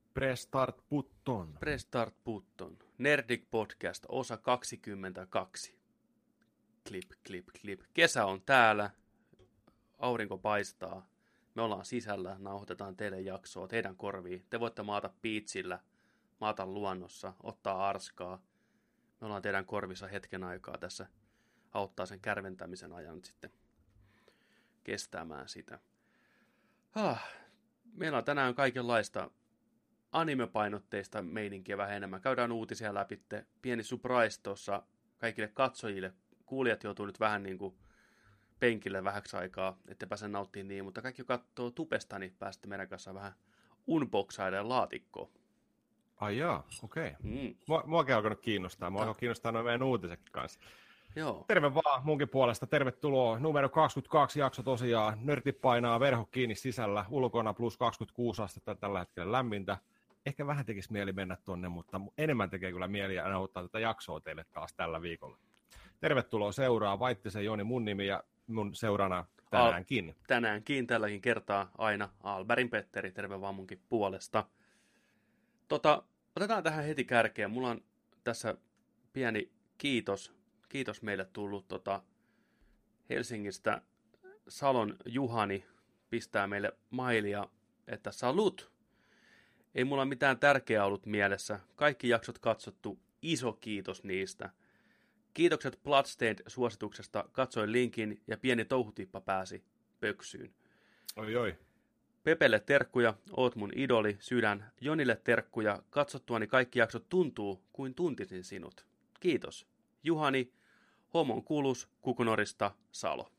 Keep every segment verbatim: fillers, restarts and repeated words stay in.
Press start button. Press start button. Nerdik Podcast, osa kaksikymmentäkaksi. Klip, klip, klip. Kesä on täällä. Aurinko paistaa. Me ollaan sisällä. Nauhoitetaan teille jaksoa teidän korviin. Te voitte maata piitsillä, maata luonnossa, ottaa arskaa. Me ollaan teidän korvissa hetken aikaa tässä. Auttaa sen kärventämisen ajan sitten kestämään sitä. Ah, meillä on tänään kaikenlaista animepainotteista meininkiä vähän enemmän. Käydään uutisia läpi. Pieni surprise tuossa kaikille katsojille. Kuulijat joutuu nyt vähän niin kuin penkille vähäksi aikaa, ettei pääse nauttimaan niin, mutta kaikki, joka katsoo tubesta, niin pääsette meidän kanssa vähän unboxailemaan laatikkoon. Ai jaa, okei. Okay. Mm. Mua, muakin alkanut kiinnostaa. Mua alkoi kiinnostaa noin meidän uutisetkin kanssa. Joo. Terve vaan munkin puolesta. Tervetuloa. Numero kaksikymmentäkaksi jakso tosiaan. Nörtti painaa verho kiinni sisällä. Ulkona plus kaksikymmentäkuusi astetta tällä hetkellä lämmintä. Ehkä vähän tekisi mieli mennä tonne, mutta enemmän tekee kyllä mieli ja ottaa tätä jaksoa teille taas tällä viikolla. Tervetuloa seuraa. Vaittisen Joni mun nimi ja mun seurana tänäänkin. Al- tänäänkin tälläkin kertaa aina Alberin Petteri. Terve vaan munkin puolesta. Tota, otetaan tähän heti kärkeen. Mulla on tässä pieni kiitos. Kiitos meille tullut tota, Helsingistä. Salon Juhani pistää meille mailia, että salut. Ei mulla mitään tärkeää ollut mielessä. Kaikki jaksot katsottu. Iso kiitos niistä. Kiitokset Bloodstained-suosituksesta. Katsoin linkin ja pieni touhutippa pääsi pöksyyn. Oi oi. Pepelle terkkuja, oot mun idoli, sydän. Jonille terkkuja, katsottuani kaikki jaksot tuntuu kuin tuntisin sinut. Kiitos. Juhani, homon kulus, Kukunorista, Salo.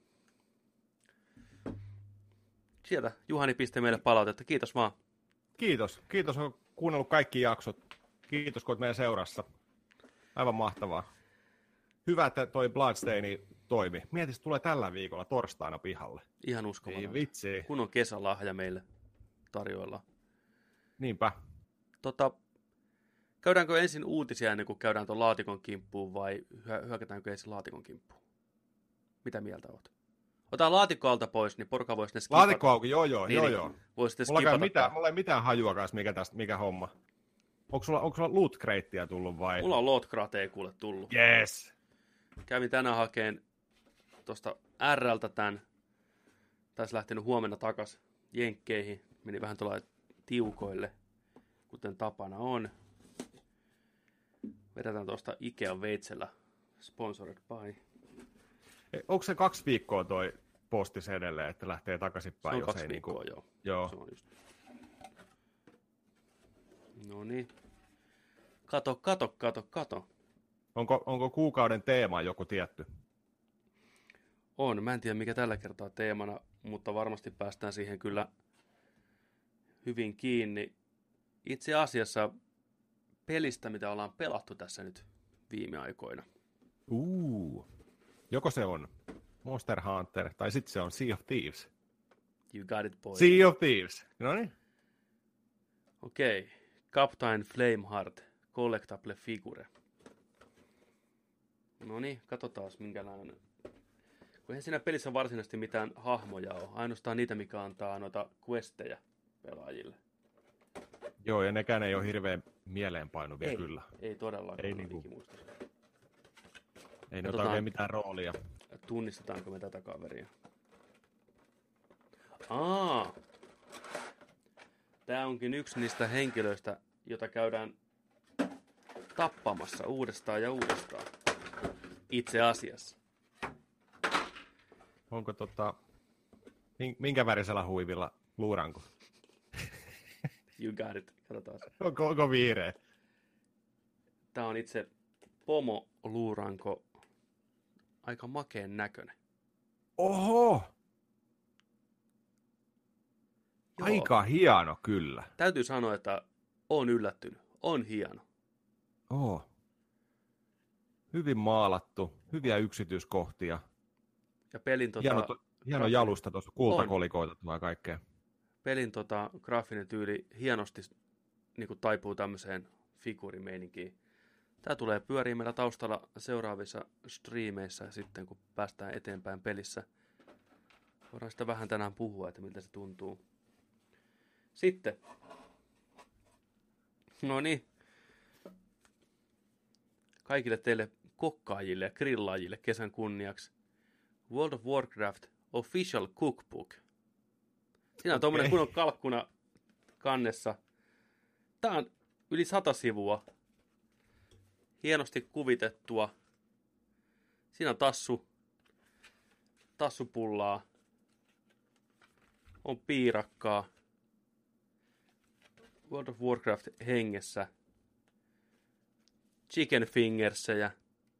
Sieltä Juhani pisti meille palautetta. Kiitos vaan. Kiitos. Kiitos, on kuunnellut kaikki jaksot. Kiitos, kun olet meidän seurassa. Aivan mahtavaa. Hyvä, että toi Bloodstaini toimi. Mieti, se tulee tällä viikolla torstaina pihalle. Ihan uskomaton. Ei vitsi. Kun on kesälahja meille tarjoilla. Niinpä. Tota, käydäänkö ensin uutisia ennen kuin käydään tuon laatikon kimppuun vai hyökätäänkö ensin laatikon kimppuun? Mitä mieltä oot? Otetaan laatikko alta pois, niin porukka voisi ne skipata. Laatikko auki, joo joo, niin, joo niin, joo. Voisi Mulla skipata. ei mitään, mulla ei mitään hajua kanssa, mikä, tästä, mikä homma. Onko sulla, onko sulla loot crateä tullut vai? Mulla on loot cratea kuule tullut. Yes. Kävin tänään hakeen tuosta R:ltä tän. Taisi lähtenyt huomenna takas jenkkeihin. Meni vähän tuolla tiukoille, kuten tapana on. Vedetään tuosta Ikean veitsellä. Sponsored by. Onko se kaksi viikkoa toi postis edelleen, että lähtee takaisinpäin? Se on jos kaksi ei viikkoa, niinku... joo. joo. Se on just. Noniin. Kato, kato, kato, kato. Onko, onko kuukauden teema joku tietty? On. Mä en tiedä, mikä tällä kertaa teemana, mutta varmasti päästään siihen kyllä hyvin kiinni. Itse asiassa pelistä, mitä ollaan pelattu tässä nyt viime aikoina. Uu. Joko se on Monster Hunter, tai sitten se on Sea of Thieves. You got it, boy. Sea of Thieves. No niin. Okei. Okay. Captain Flameheart, collectable figure. No niin, katsotaan minkälainen. Kun eihän siinä pelissä varsinaisesti mitään hahmoja ole. Ainoastaan niitä, mikä antaa noita questejä pelaajille. Joo, ja nekään ei ole hirveän mieleenpainuvia ei, kyllä. Ei todellakaan. Ei, niinku, ei ne ota oikein mitään roolia. Tunnistetaanko me tätä kaveria? Aa! Tää onkin yksi niistä henkilöistä, jota käydään tappamassa uudestaan ja uudestaan. Itse asiassa. Onko tota... Minkä värisellä huivilla luuranko? You got it. Katsotaan. Onko, onko viireä? Tää on itse pomo luuranko. Aika makeen näköinen. Oho! Joo. Aika hieno kyllä. Täytyy sanoa, että on yllättynyt. On hieno. Oo. Hyvin maalattu, hyviä yksityiskohtia. Ja pelin tota... Hieno, to, hieno jalusta tuossa, kultakolikoita tulee kaikkea. Pelin tota, graafinen tyyli hienosti niin kuin taipuu tämmöiseen figuurimeininkiin. Tämä tulee pyöriin meillä taustalla seuraavissa striimeissä sitten, kun päästään eteenpäin pelissä. Voidaan sitä vähän tänään puhua, että miltä se tuntuu. Sitten No niin. Kaikille teille kokkaajille ja grillaajille kesän kunniaksi World of Warcraft Official Cookbook. Siinä on tuommoinen kunnon kalkkuna kannessa. Tää on yli sata sivua. Hienosti kuvitettua. Siinä on tassu. Tassupullaa. On piirakkaa. World of Warcraft hengessä. Chicken fingersejä.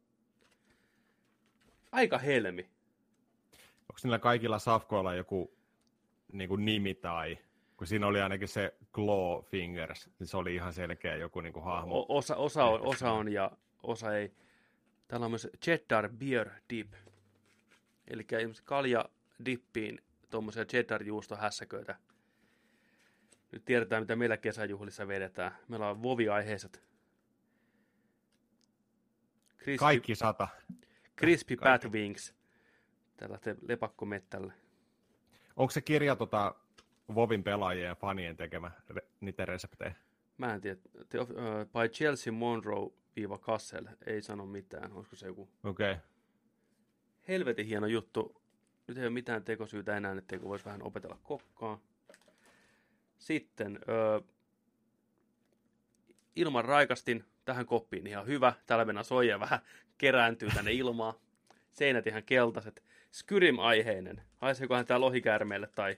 Aika helmi. Onko niillä kaikilla safkoilla joku niin kuin nimi tai... Kun siinä oli ainakin se Claw Fingers, niin se oli ihan selkeä joku niin kuin hahmo. O- osa, osa, on, osa on ja osa ei. Täällä on myös cheddar beer dip. Eli kalja dippiin tuommoisia cheddar juustohässäköitä. Nyt tiedetään, mitä meillä kesäjuhlissa vedetään. Meillä on vovi-aiheiset. Crispy, Kaikki sata. Crispy Bat Wings. Tällä lepakkomettällä. Onko se kirja tota, Vovin pelaajien ja fanien tekemä re, niitä reseptejä? Mä en tiedä. The, uh, by Chelsea Monroe-Kassel. Ei sano mitään. Olisiko se joku? Okei. Okay. Helvetin hieno juttu. Nyt ei ole mitään tekosyytä enää, etteikö voisi vähän opetella kokkaa. Sitten ö, ilman raikastin tähän koppiin ihan hyvä. Täällä mennään soija vähän kerääntyy tänne ilmaa. Seinät ihan keltaiset. Skyrim-aiheinen. Haiseekohan tää lohikäärmeelle tai...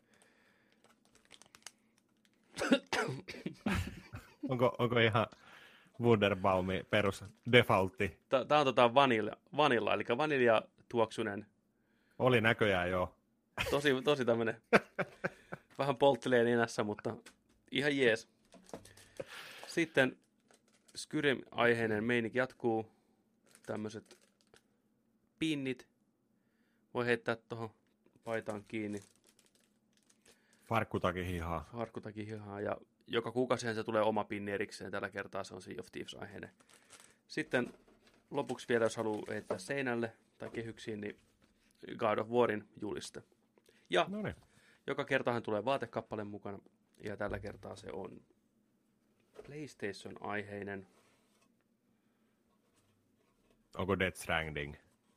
onko, onko ihan Wunderbaumi perus defaultti? Tää on tota vanilla, vanilla eli vaniljatuoksunen. Oli näköjään joo. Tosi, tosi tämmönen... Vähän polttelee nenässä, mutta ihan jees. Sitten Skyrim-aiheinen meininki jatkuu. Tämmöiset pinnit. Voi heittää tuohon paitaan kiinni. Farkkutakin hihaa. Farkkutakin hihaa. Ja joka kuukausi se tulee oma pinni erikseen. Tällä kertaa se on Sea of Thieves-aiheinen. Sitten lopuksi vielä, jos haluaa heittää seinälle tai kehyksiin, niin God of Warin juliste. Ja Noniin. Joka kertahan tulee vaatekappale mukana, ja tällä kertaa se on PlayStation-aiheinen. Onko Death Stranding?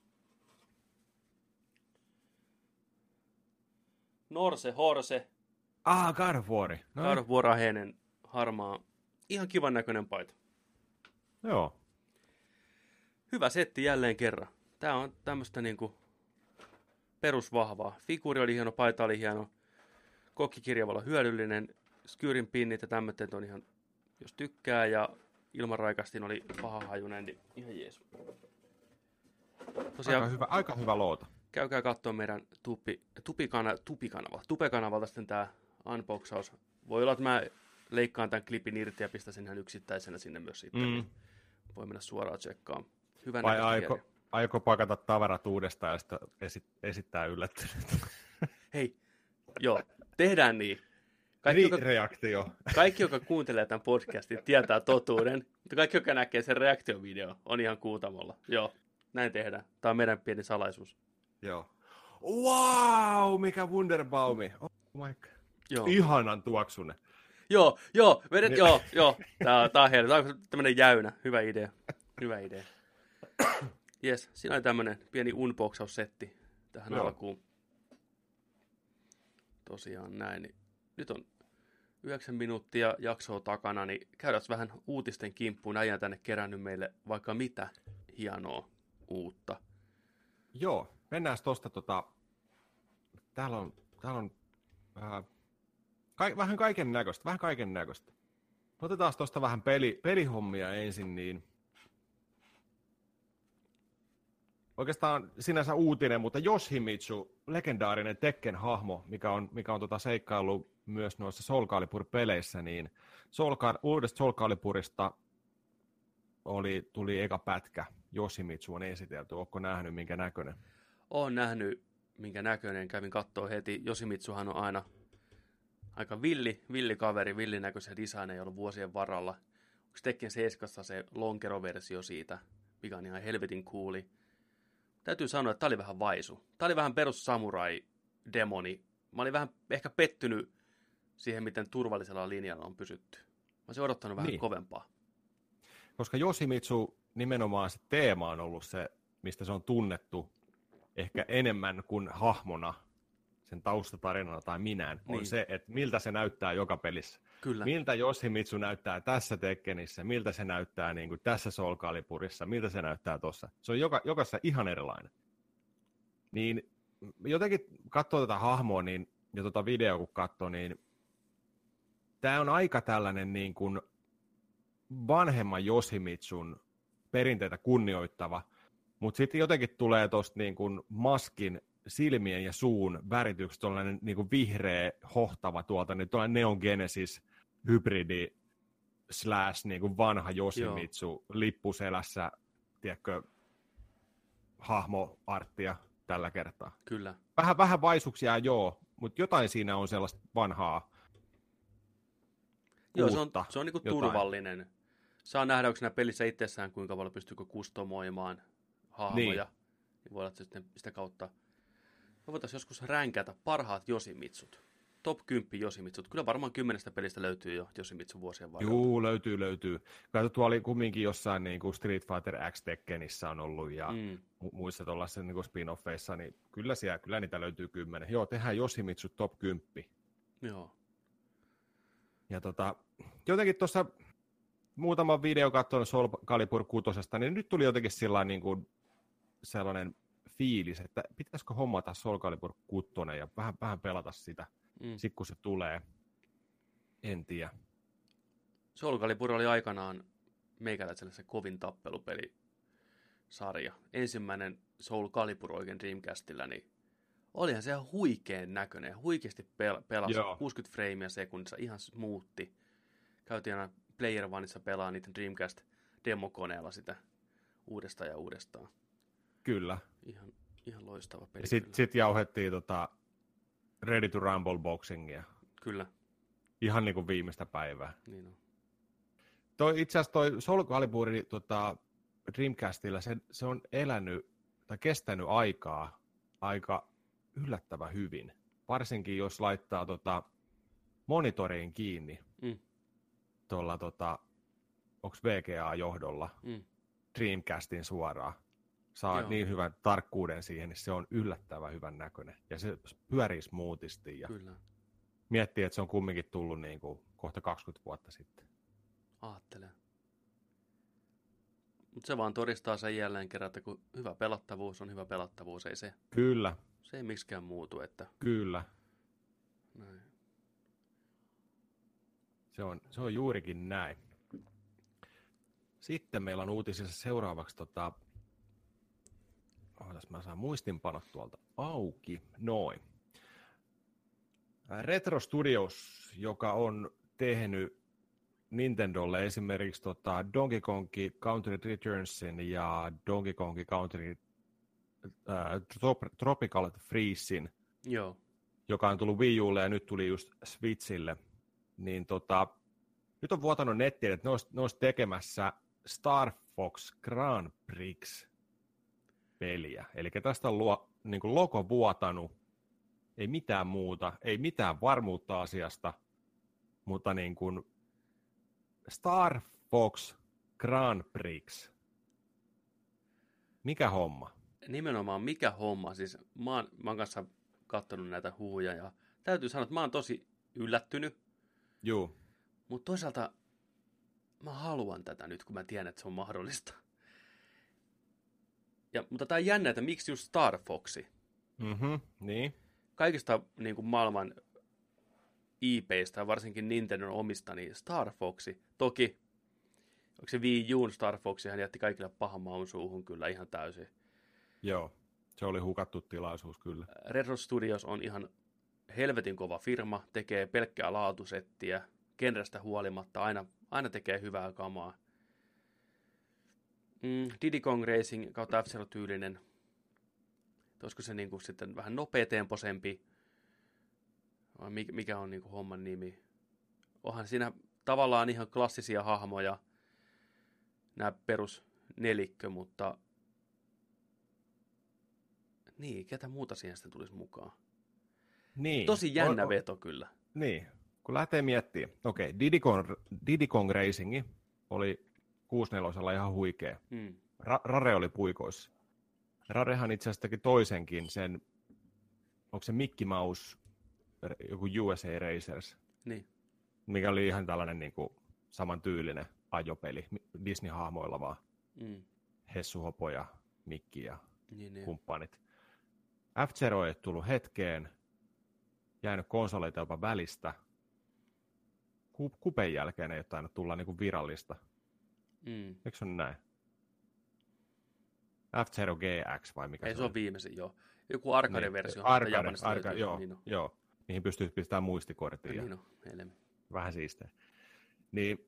Norse Horse. Ah, God of War. No. God of War-aiheinen, harmaa, ihan kivan näköinen paita. Joo. Hyvä setti jälleen kerran. Tää on tämmöstä niinku perusvahvaa. Figuuri oli hieno, paita oli hieno. Kokkikirja voi olla hyödyllinen. Skyrin pinnit ja tämmötet on ihan, jos tykkää, ja ilmanraikastin oli pahahajunen, niin ihan jees. Tosiaan, Aika hyvä, aika hyvä loota. Käykää katsoa meidän tupi, tupikana, tupikanava, tupekanavalta sitten tää unboxaus. Voi olla, että mä leikkaan tämän klipin irti ja pistän sen ihan yksittäisenä sinne myös sitten. Mm. Voi mennä suoraan tsekkaamaan. Hyvän Vai aiko, aiko pakata tavarat uudestaan ja sitten esit, esittää yllättynyt? Hei, joo, tehdään niin. Kaikki, joka, reaktio. Kaikki, joka kuuntelee tämän podcastin, tietää totuuden, mutta kaikki, joka näkee sen reaktiovideo, on ihan kuutamolla. Joo, näin tehdään. Tämä on meidän pieni salaisuus. Joo. Wow, mikä Wunderbaumi. Oh my God. Joo. Ihanan tuoksunen. Joo, joo, vedet, joo, joo. Tää on, tää on hieno. Tää on tämmönen jäynä. Hyvä idea. Hyvä idea. Jes, siinä oli tämmönen pieni unboxaussetti tähän joo. alkuun. Tosiaan näin. Niin nyt on yhdeksän minuuttia jaksoa takana, niin käydään vähän uutisten kimppuun. Äijän tänne kerännyt meille vaikka mitä hienoa uutta. Joo, mennään tosta tota... Täällä on, täällä on äh, ka- vähän kaiken näköistä, vähän kaiken näköistä. Otetaan tosta vähän peli, pelihommia ensin, niin... Oikeastaan sinänsä uutinen, mutta Yoshimitsu, legendaarinen Tekken-hahmo, mikä on, mikä on tota seikkaillut myös noissa Soul Calibur-peleissä, niin Soul Cal- uudesta Soul Caliburista oli, tuli eka pätkä. Yoshimitsu on esitelty. Ootko nähnyt, minkä näköinen? Oon nähnyt, minkä näköinen. Kävin kattoo heti. Yoshimitsuhan on aina aika villi, villi kaveri, villinäköisiä designeja ollut vuosien varalla. Onko Tekken seitsemän se lonkeroversio siitä, mikä on ihan helvetin cooli. Täytyy sanoa, että tää oli vähän vaisu. Tää oli vähän perus samurai-demoni. Mä olin vähän ehkä pettynyt siihen, miten turvallisella linjalla on pysytty. olisin odottanut vähän Niin. kovempaa. Koska Yoshimitsu nimenomaan se teema on ollut se, mistä se on tunnettu ehkä enemmän kuin hahmona, sen taustatarinana tai minään, on Niin. se, että miltä se näyttää joka pelissä. Kyllä. Miltä Yoshimitsu näyttää tässä Tekkenissä, miltä se näyttää niin kuin tässä Soul Caliburissa, miltä se näyttää tuossa. Se on joka, jokaisessa ihan erilainen. Niin jotenkin katsoo tätä hahmoa niin, ja tuota videoa kun katsoo, niin tämä on aika tällainen niin kuin vanhemman Yoshimitsun perinteitä kunnioittava, mutta sitten jotenkin tulee tuosta niin kuin maskin silmien ja suun värityksestä tuollainen niin kuin vihreä hohtava tuolta, niin tuollainen Neon Genesis hybridi slash niin kuin vanha Yoshimitsu Joo. lippuselässä, tiedätkö, hahmoarttia tällä kertaa. Kyllä. Vähän, vähän vaisuksia joo, mutta jotain siinä on sellaista vanhaa Joo, se on, se on niinku turvallinen. Saa nähdä, onko siinä pelissä itsessään, kuinka paljon pystyykö kustomoimaan hahmoja. Niin. Niin voi olla sitten sitä kautta. Me voitaisiin joskus ränkätä parhaat Yoshimitsut. Top kymmenen Yoshimitsut. Kyllä varmaan kymmenestä pelistä löytyy jo Yoshimitsu vuosien varrella. Juu, löytyy, löytyy. Kato, tuolla oli kumminkin jossain niin kuin Street Fighter X Tekkenissä on ollut ja mm. muissa tuollaisissa niin spin-offeissa, niin kyllä, siellä, kyllä niitä löytyy kymmenen. Joo, tehdään Yoshimitsu top kymmenen. Joo. Ja tota, jotenkin tuossa muutaman video katsonut Soul Calibur kutosesta, niin nyt tuli jotenkin sellainen, niin kuin, sellainen fiilis, että pitäisikö hommata Soul Calibur kutonen ja vähän, vähän pelata sitä, mm. sit kun se tulee. En tiedä. Soul Calibur oli aikanaan meikäläiselle se kovin tappelupelisarja. Ensimmäinen Soul Calibur oikein Dreamcastilla, niin olihan se ihan huikean näköinen. Huikeasti pel- pelasi Joo. kuusikymmentä freimiä sekunnissa, ihan smoothi. Käytiin aina Player Oneissa pelaa niiden Dreamcast-demokoneella sitä uudestaan ja uudestaan. Kyllä. Ihan, ihan loistava peli. Sitten sit jauhettiin tota Ready to Rumble boxingia. Kyllä. Ihan niin kuin viimeistä päivää. Niin on. Toi, itse asiassa toi Soul Calibur tota, Dreamcastilla, se, se on elänyt tai kestänyt aikaa aika yllättävän hyvin. Varsinkin jos laittaa tota, monitoriin kiinni mm. tuolla, tota, onko V G A-johdolla mm. Dreamcastin suoraan. Saa Joo. niin hyvän tarkkuuden siihen, niin se on yllättävän hyvän näköinen. Ja se pyörii smoothisti. Ja Kyllä. miettii, että se on kumminkin tullut niin kuin kohta kaksikymmentä vuotta sitten. Aattelen. Mutta se vaan todistaa sen jälleen kerran, että kun hyvä pelattavuus on hyvä pelattavuus, ei se. Kyllä. Se ei miksikään muutu, että. Kyllä. Näin. Se on, se on juurikin näin. Sitten meillä on uutisissa seuraavaksi, tota, ootas mä saan muistinpanot tuolta auki, noin. Retro Studios, joka on tehnyt Nintendolle esimerkiksi tota Donkey Kong Country Returnsin ja Donkey Kong Country äh, Tropical Freezein, Joo. joka on tullut Wii Ulle ja nyt tuli just Switchille, niin tota, nyt on vuotanut nettiin, että ne olisi, ne olisi tekemässä Star Fox Grand Prix-peliä. Eli tästä on luo, niin kuin logo vuotanut, ei mitään muuta, ei mitään varmuutta asiasta, mutta niin kuin Star Fox Grand Prix. Mikä homma? Nimenomaan mikä homma. Siis mä oon, mä oon kanssa katsonut näitä huhuja ja täytyy sanoa, että mä oon tosi yllättynyt. Joo. Mutta toisaalta mä haluan tätä nyt, kun mä tiedän, että se on mahdollista. Ja, mutta tää on jännä, että miksi just Star Foxi? Mhm, niin. Kaikista niin kuin maailman I P:istä, varsinkin Nintendon omista, niin Star Foxi. Toki, onko se Wii U:n Star Foxi, hän jätti kaikille pahan maun suuhun kyllä ihan täysin. Joo, se oli hukattu tilaisuus kyllä. Retro Studios on ihan helvetin kova firma, tekee pelkkää laatusettiä, genrestä huolimatta, aina, aina tekee hyvää kamaa. Mm, Diddy Kong Racing kautta F-Zero-tyylinen. Olisiko se niinku sitten vähän nopeatempoisempi? Vai mikä on niinku homman nimi? Onhan siinä tavallaan ihan klassisia hahmoja, nämä perus nelikkö, mutta niin, ketä muuta siihen sitten tulisi mukaan? Niin. Tosi jännä o, o, veto kyllä. Niin, kun lähtee miettimään, okei, okay, Diddy Kong, Diddy Kong Racingi oli kuusikymmentäneljä ihan huikea. Mm. Ra- Rare oli puikoissa. Rarehan itse asiassa teki toisenkin, sen, onko se Mickey Mouse, joku U S A Racers, Niin. mikä oli ihan tällainen niin kuin, samantyylinen ajopeli Disney-hahmoilla vaan. Mm. Hessu Hopo ja Mikki ja Niin, niin. kumppanit. F-Zero ei tullut hetkeen, jäänyt konsoleita jopa välistä. Kupen jälkeen ei ole tainnut tulla niin kuin virallista. Mm. Eikö se ole näin? F-Zero G X vai mikä ei, se, se on viimeisin, joo. Joku arcade-versio. Niin, arcade, arcade, joo, niin joo. Niihin pystyy pistämään muistikorttia. Niin on, helmi. Vähän siistiä. Niin,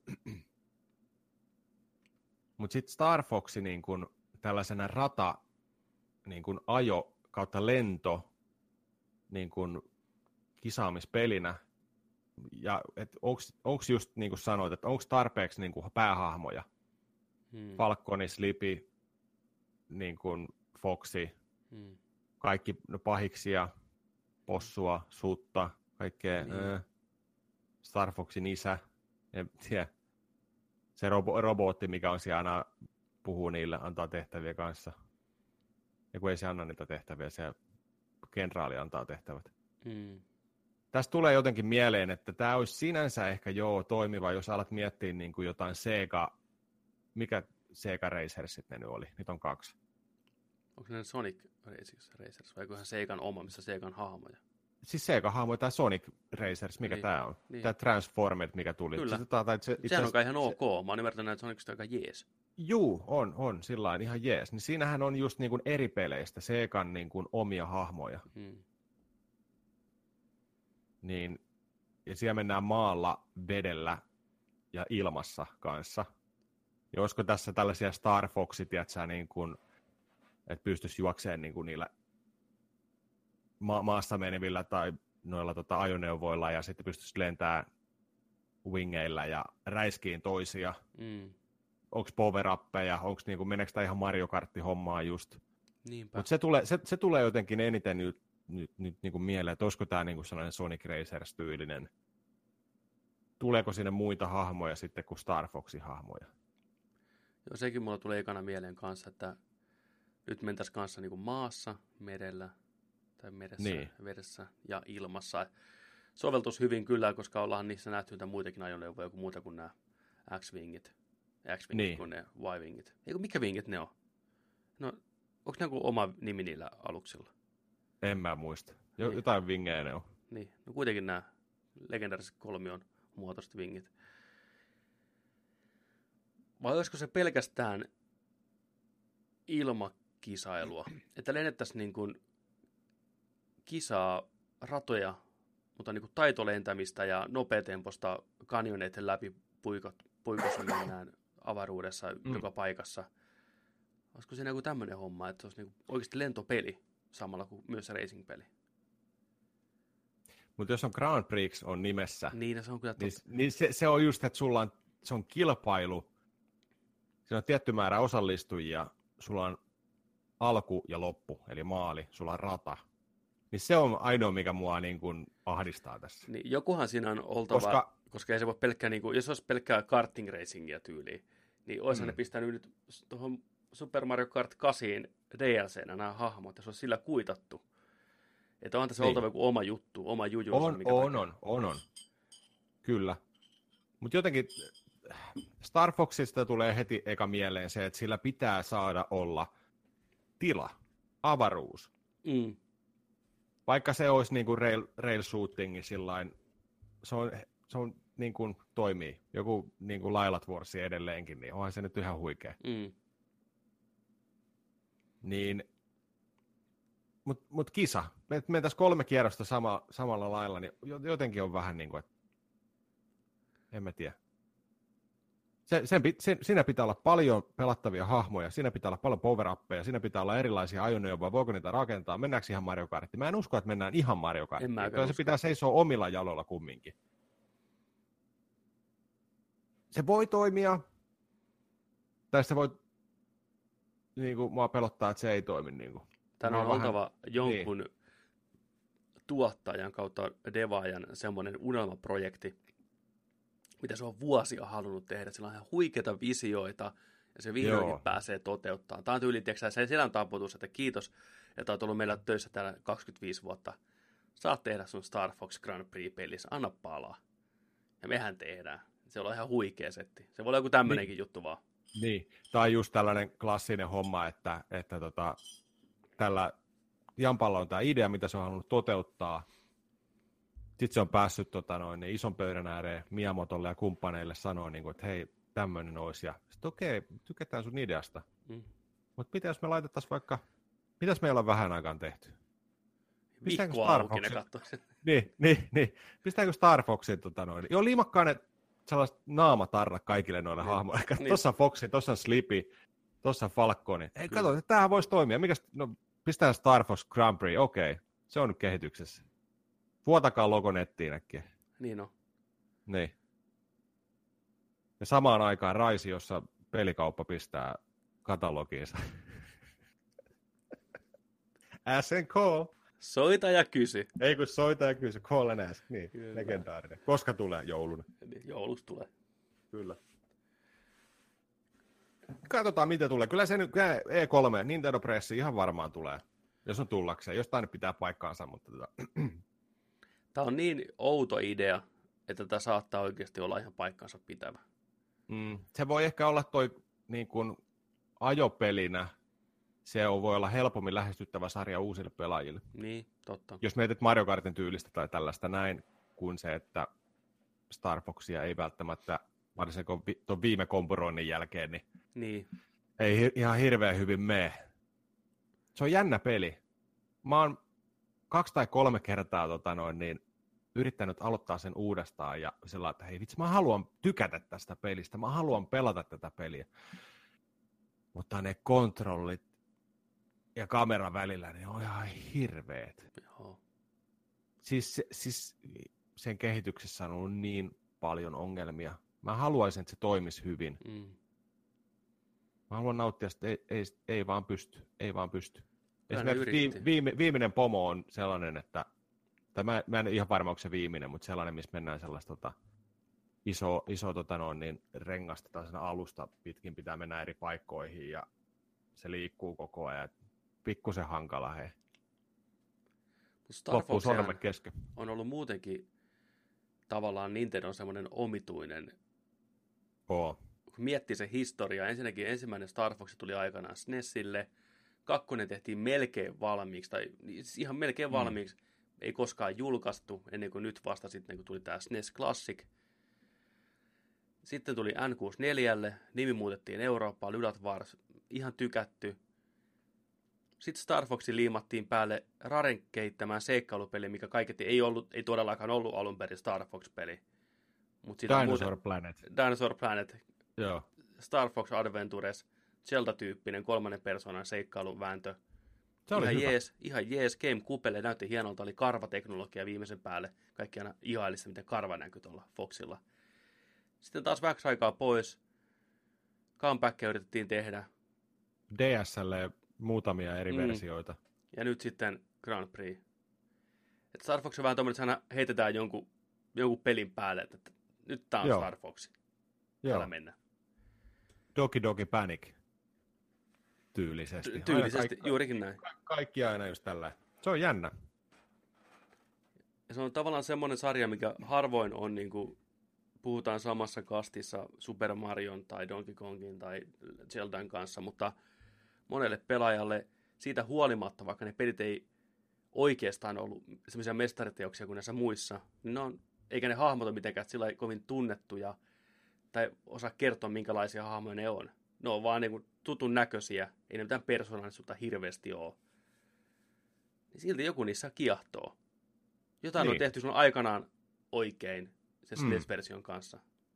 mutta sitten Star Fox niin kun, tällaisena rata niin kun ajo kautta lento niin kun, kisaamispelinä, ja onko just niin kuin sanoit, että onko tarpeeksi niin kuin päähahmoja? Hmm. Falconi, Slippy, niin kuin Foxy, hmm. kaikki no, pahiksia, possua, sutta, kaikkea, hmm. äh, Star Foxin isä, en tiedä. Se robo- robotti, mikä on siellä aina puhuu niille, antaa tehtäviä kanssa. Ja kun ei se anna niitä tehtäviä, se kenraali antaa tehtävät. Hmm. Tästä tulee jotenkin mieleen, että tämä olisi sinänsä ehkä joo toimiva, jos alat miettiä niin kuin jotain Sega, mikä Sega Racersit ne nyt oli, nyt on kaksi. Onko ne Sonic Racers vai onkohan Segan oma, missä Segan hahmoja? Siis Sega-hahmoja, tämä Sonic Racers, mikä niin, tämä on? Niin. Tämä Transformed, mikä tuli. Kyllä. Se, tai, se, Sehän on kai ihan ok, se, mä oon ymmärtänyt, että Sonicista on aika jees. Juu, on, on, sillain ihan jees. Niin siinähän on just niin kuin eri peleistä Segan niin kuin omia hahmoja. Hmm. Niin, ja siellä mennään maalla, vedellä ja ilmassa kanssa. Ja olisiko tässä tällaisia Star Foxit, tiiätsä, niin kuin, että pystyisi juokseen niin kuin niillä ma- maassa menevillä tai noilla tota, ajoneuvoilla ja sitten pystyisi lentämään wingeillä ja räiskiin toisia. Mm. Onko power-appeja, onko niinku, meneekö tämä ihan Mario Kart-hommaa just. Mutta se tulee, se, se tulee jotenkin eniten nyt, nyt, nyt niinku mieleen, että olisiko tämä niinku sellainen Sonic Racers-tyylinen. Tuleeko sinne muita hahmoja sitten kuin Star Foxin hahmoja? Joo, sekin mulla tulee ekana mieleen kanssa, että nyt mentäisiin kanssa niinku maassa, merellä, tai meressä, niin. vedessä ja ilmassa. Soveltus hyvin kyllä, koska ollaan niissä nähty niitä muitakin ajoneuvoja kuin muuta kuin nämä X-Wingit. X-Wingit niin. kuin ne Y-Wingit. Eikö, mikä Wingit ne on? No, onko ne joku oma nimi niillä aluksilla? En mä muista. Jo, niin. Jotain wingejä ne on. Niin, no kuitenkin nämä legendaariset kolmion muotoiset wingit. Vai olisiko se pelkästään ilmakisailua? Että lennettäisiin niin kuin kisaa ratoja, mutta niin kuin taitolentämistä ja nopeatempoista kanjoneiden läpi puikot, puikossa mennään avaruudessa mm. joka paikassa. Olisiko siinä joku tämmöinen homma, että se olisi niin oikeasti lentopeli samalla kuin myös racing-peli? Mutta jos on Grand Prix on nimessä, niin, se on kyllä totta. Niin, niin se, se on just, että sulla on, se on kilpailu, siinä on tietty määrä osallistujia, sulla on alku ja loppu, eli maali, sulla on rata. Niin se on ainoa, mikä mua niin kuin ahdistaa tässä. Niin, jokuhan siinä on oltava, koska, koska ei se voi pelkkää, niin kuin, jos olisi pelkkää karting racingia tyyliin, niin olisihan mm. ne pistänyt nyt tuohon Super Mario Kart kahdeksan D L C:nä nämä hahmot, ja se on sillä kuitattu. Että on tässä niin. oltava joku oma juttu, oma juju. On, mikä on, on, on, on. Kyllä. Mutta jotenkin Star Foxista tulee heti eka mieleen se, että sillä pitää saada olla tila, avaruus. Mm. Vaikka se olisi niin kuin rail, rail shooting, sillain, se on, se on niin kuin toimii. Joku niin kuin Lailat Warsi edelleenkin, niin onhan se nyt ihan huikea. Mm. Niin, mutta mut kisa. Me mentäisiin kolme kierrosta sama, samalla lailla, niin jotenkin on vähän niin kuin, että en mä tiedä. Se, sen, sen, siinä pitää olla paljon pelattavia hahmoja, siinä pitää olla paljon power-appeja, siinä pitää olla erilaisia ajoneuvoja, voiko niitä rakentaa, mennäänkö ihan Mario Karttiin? Mä en usko, että mennään ihan Mario Karttiin, koska se pitää seisoa omilla jaloilla kumminkin. Se voi toimia, tai se voi, niin kuin mua pelottaa, että se ei toimi. Niin kuin. Tämä on oltava vähän jonkun niin. tuottajan kautta devaajan semmoinen unelmaprojekti, mitä se on vuosia halunnut tehdä. Sillä on ihan huikeita visioita, ja se vihdoinkin Joo. pääsee toteuttamaan. Tämä on tyyli, tiiäksä, se selän taputus, että kiitos, että olet ollut meillä töissä täällä kaksikymmentäviisi vuotta. Saat tehdä sun Star Fox Grand Prix-pelissä, anna palaa. Ja mehän tehdään. Se on ihan huikea setti. Se voi olla joku tämmöinenkin niin. juttu vaan. Niin, tämä on just tällainen klassinen homma, että, että tota, tällä Jampalla on tämä idea, mitä se on halunnut toteuttaa. Sitten se on päässyt tota, noin, ison pöydän ääreen Miyamotolle ja kumppaneille sanoa, niin kuin, että hei, tämmöinen olisi. Ja sitten okei, okay, tykätään sun ideasta. Mm. Mutta mitä jos me laitettaisiin vaikka, mitäs meillä on vähän aikaan tehty? Mikko Star Foxin? Niin, niin, niin. Pistääkö Star Foxin tota noin? Joo, liimakkainen sellaiset naamatarrat kaikille noille niin. hahmoille. Niin. Tuossa on Foxi, tuossa on Slippy, tuossa on Falconi. Ei, kato, että tämähän voisi toimia. Mikäs, no, pistää Star Fox Grand Prix, okei. Okay. Se on nyt kehityksessä. Vuotakaa logo nettiin äkkiä. Niin on. Niin. Ja samaan aikaan Raisi, jossa pelikauppa pistää katalogiinsa. Ask and call. Soita ja kysy. Ei kun soita ja kysy. Call and ask. Niin, kyllä. Legendaarinen. Koska tulee jouluna? Jouluksi tulee. Kyllä. Katsotaan, mitä tulee. Kyllä se nyt E kolme, Nintendo Pressi ihan varmaan tulee. Jos on tullakseen. Jostain pitää paikkaansa, mutta... Tota... Tämä on niin outo idea, että tämä saattaa oikeasti olla ihan paikkansa pitävä. Mm, se voi ehkä olla toi niin kuin ajopelinä, se on, voi olla helpommin lähestyttävä sarja uusille pelaajille. Niin, totta. Jos mietit Mario Kartin tyylistä tai tällaista näin, kuin se, että Star Foxia ei välttämättä, varsinkin tuon viime kompuroinnin jälkeen, niin, niin. ei hi- ihan hirveän hyvin mene. Se on jännä peli. Mä oon kaksi tai kolme kertaa tota noin, niin, yrittänyt aloittaa sen uudestaan ja sillä että hei vitsi, mä haluan tykätä tästä pelistä, mä haluan pelata tätä peliä. Mutta ne kontrollit ja kameran välillä, ne on ihan hirveet. Joo. Siis, siis sen kehityksessä on ollut niin paljon ongelmia. Mä haluaisin, että se toimisi hyvin. Mm. Mä haluan nauttia, että ei, ei, ei vaan pysty. Ei vaan pysty. Esimerkiksi viime, viimeinen pomo on sellainen, että tai mä, mä en ihan varma, onko se viimeinen, mutta sellainen, missä mennään sellaista tota, iso, iso tota noin, niin rengasta tai alusta pitkin pitää mennä eri paikkoihin ja se liikkuu koko ajan. Pikkusen hankala, hei. Star Fox on ollut muutenkin tavallaan Nintendo semmoinen omituinen. Oo. Kun miettii se historia, ensinnäkin ensimmäinen Star Fox tuli aikanaan S N E Sille, kakkonen tehtiin melkein valmiiksi, tai ihan melkein mm. valmiiksi, ei koskaan julkaistu, ennen kuin nyt vasta sitten, kun tuli tämä S N E S Classic. Sitten tuli N kuusikymmentäneljä, nimi muutettiin Eurooppaan, Lylat Wars, ihan tykätty. Sitten Star Foxi liimattiin päälle Raren kehittämään seikkailupeli, mikä kaiketi ei, ollut, ei todellakaan ollut alun perin Star Fox-peli. Mut Dinosaur muuten, Planet. Dinosaur Planet. Joo. Star Fox Adventures, Zelda-tyyppinen kolmannen persoonan seikkailuvääntö. Se oli ihan hyvä. Jees, ihan jees, Game Coupelle näytti hienolta, oli karvateknologia viimeisen päälle. Kaikki aina ihailissa, miten karva näkyi tuolla Foxilla. Sitten taas vähäksi aikaa pois. Comebackia yritettiin tehdä. D S L muutamia eri Mm. versioita. Ja nyt sitten Grand Prix. Et Star Fox on vähän tommoinen, että aina heitetään jonkun, jonkun pelin päälle, että nyt tää on Joo. Star Fox. Joo. Täällä mennään. Doki Doki Panic. Tyylisesti. Ty- tyylisesti, Aina kaikki, juurikin näin. Ka- kaikki aina just tällä. Se on jännä. Ja se on tavallaan semmoinen sarja, mikä harvoin on, niin kuin, puhutaan samassa kastissa Super Marion tai Donkey Kongin tai Zeldan kanssa, mutta monelle pelaajalle siitä huolimatta, vaikka ne pelit ei oikeastaan ollut semmoisia mestariteoksia kuin näissä muissa, niin ne on, eikä ne hahmot ole mitenkään sillä lailla kovin tunnettuja tai osaa kertoa, minkälaisia hahmoja ne on. Ne on vaan niin kuin tutun näköisiä, ei ne mitään persoonallisuutta hirveästi ole. Niin silti joku niissä kiehtoo. Jotain niin on tehty silloin aikanaan oikein sen S N E S-version kanssa.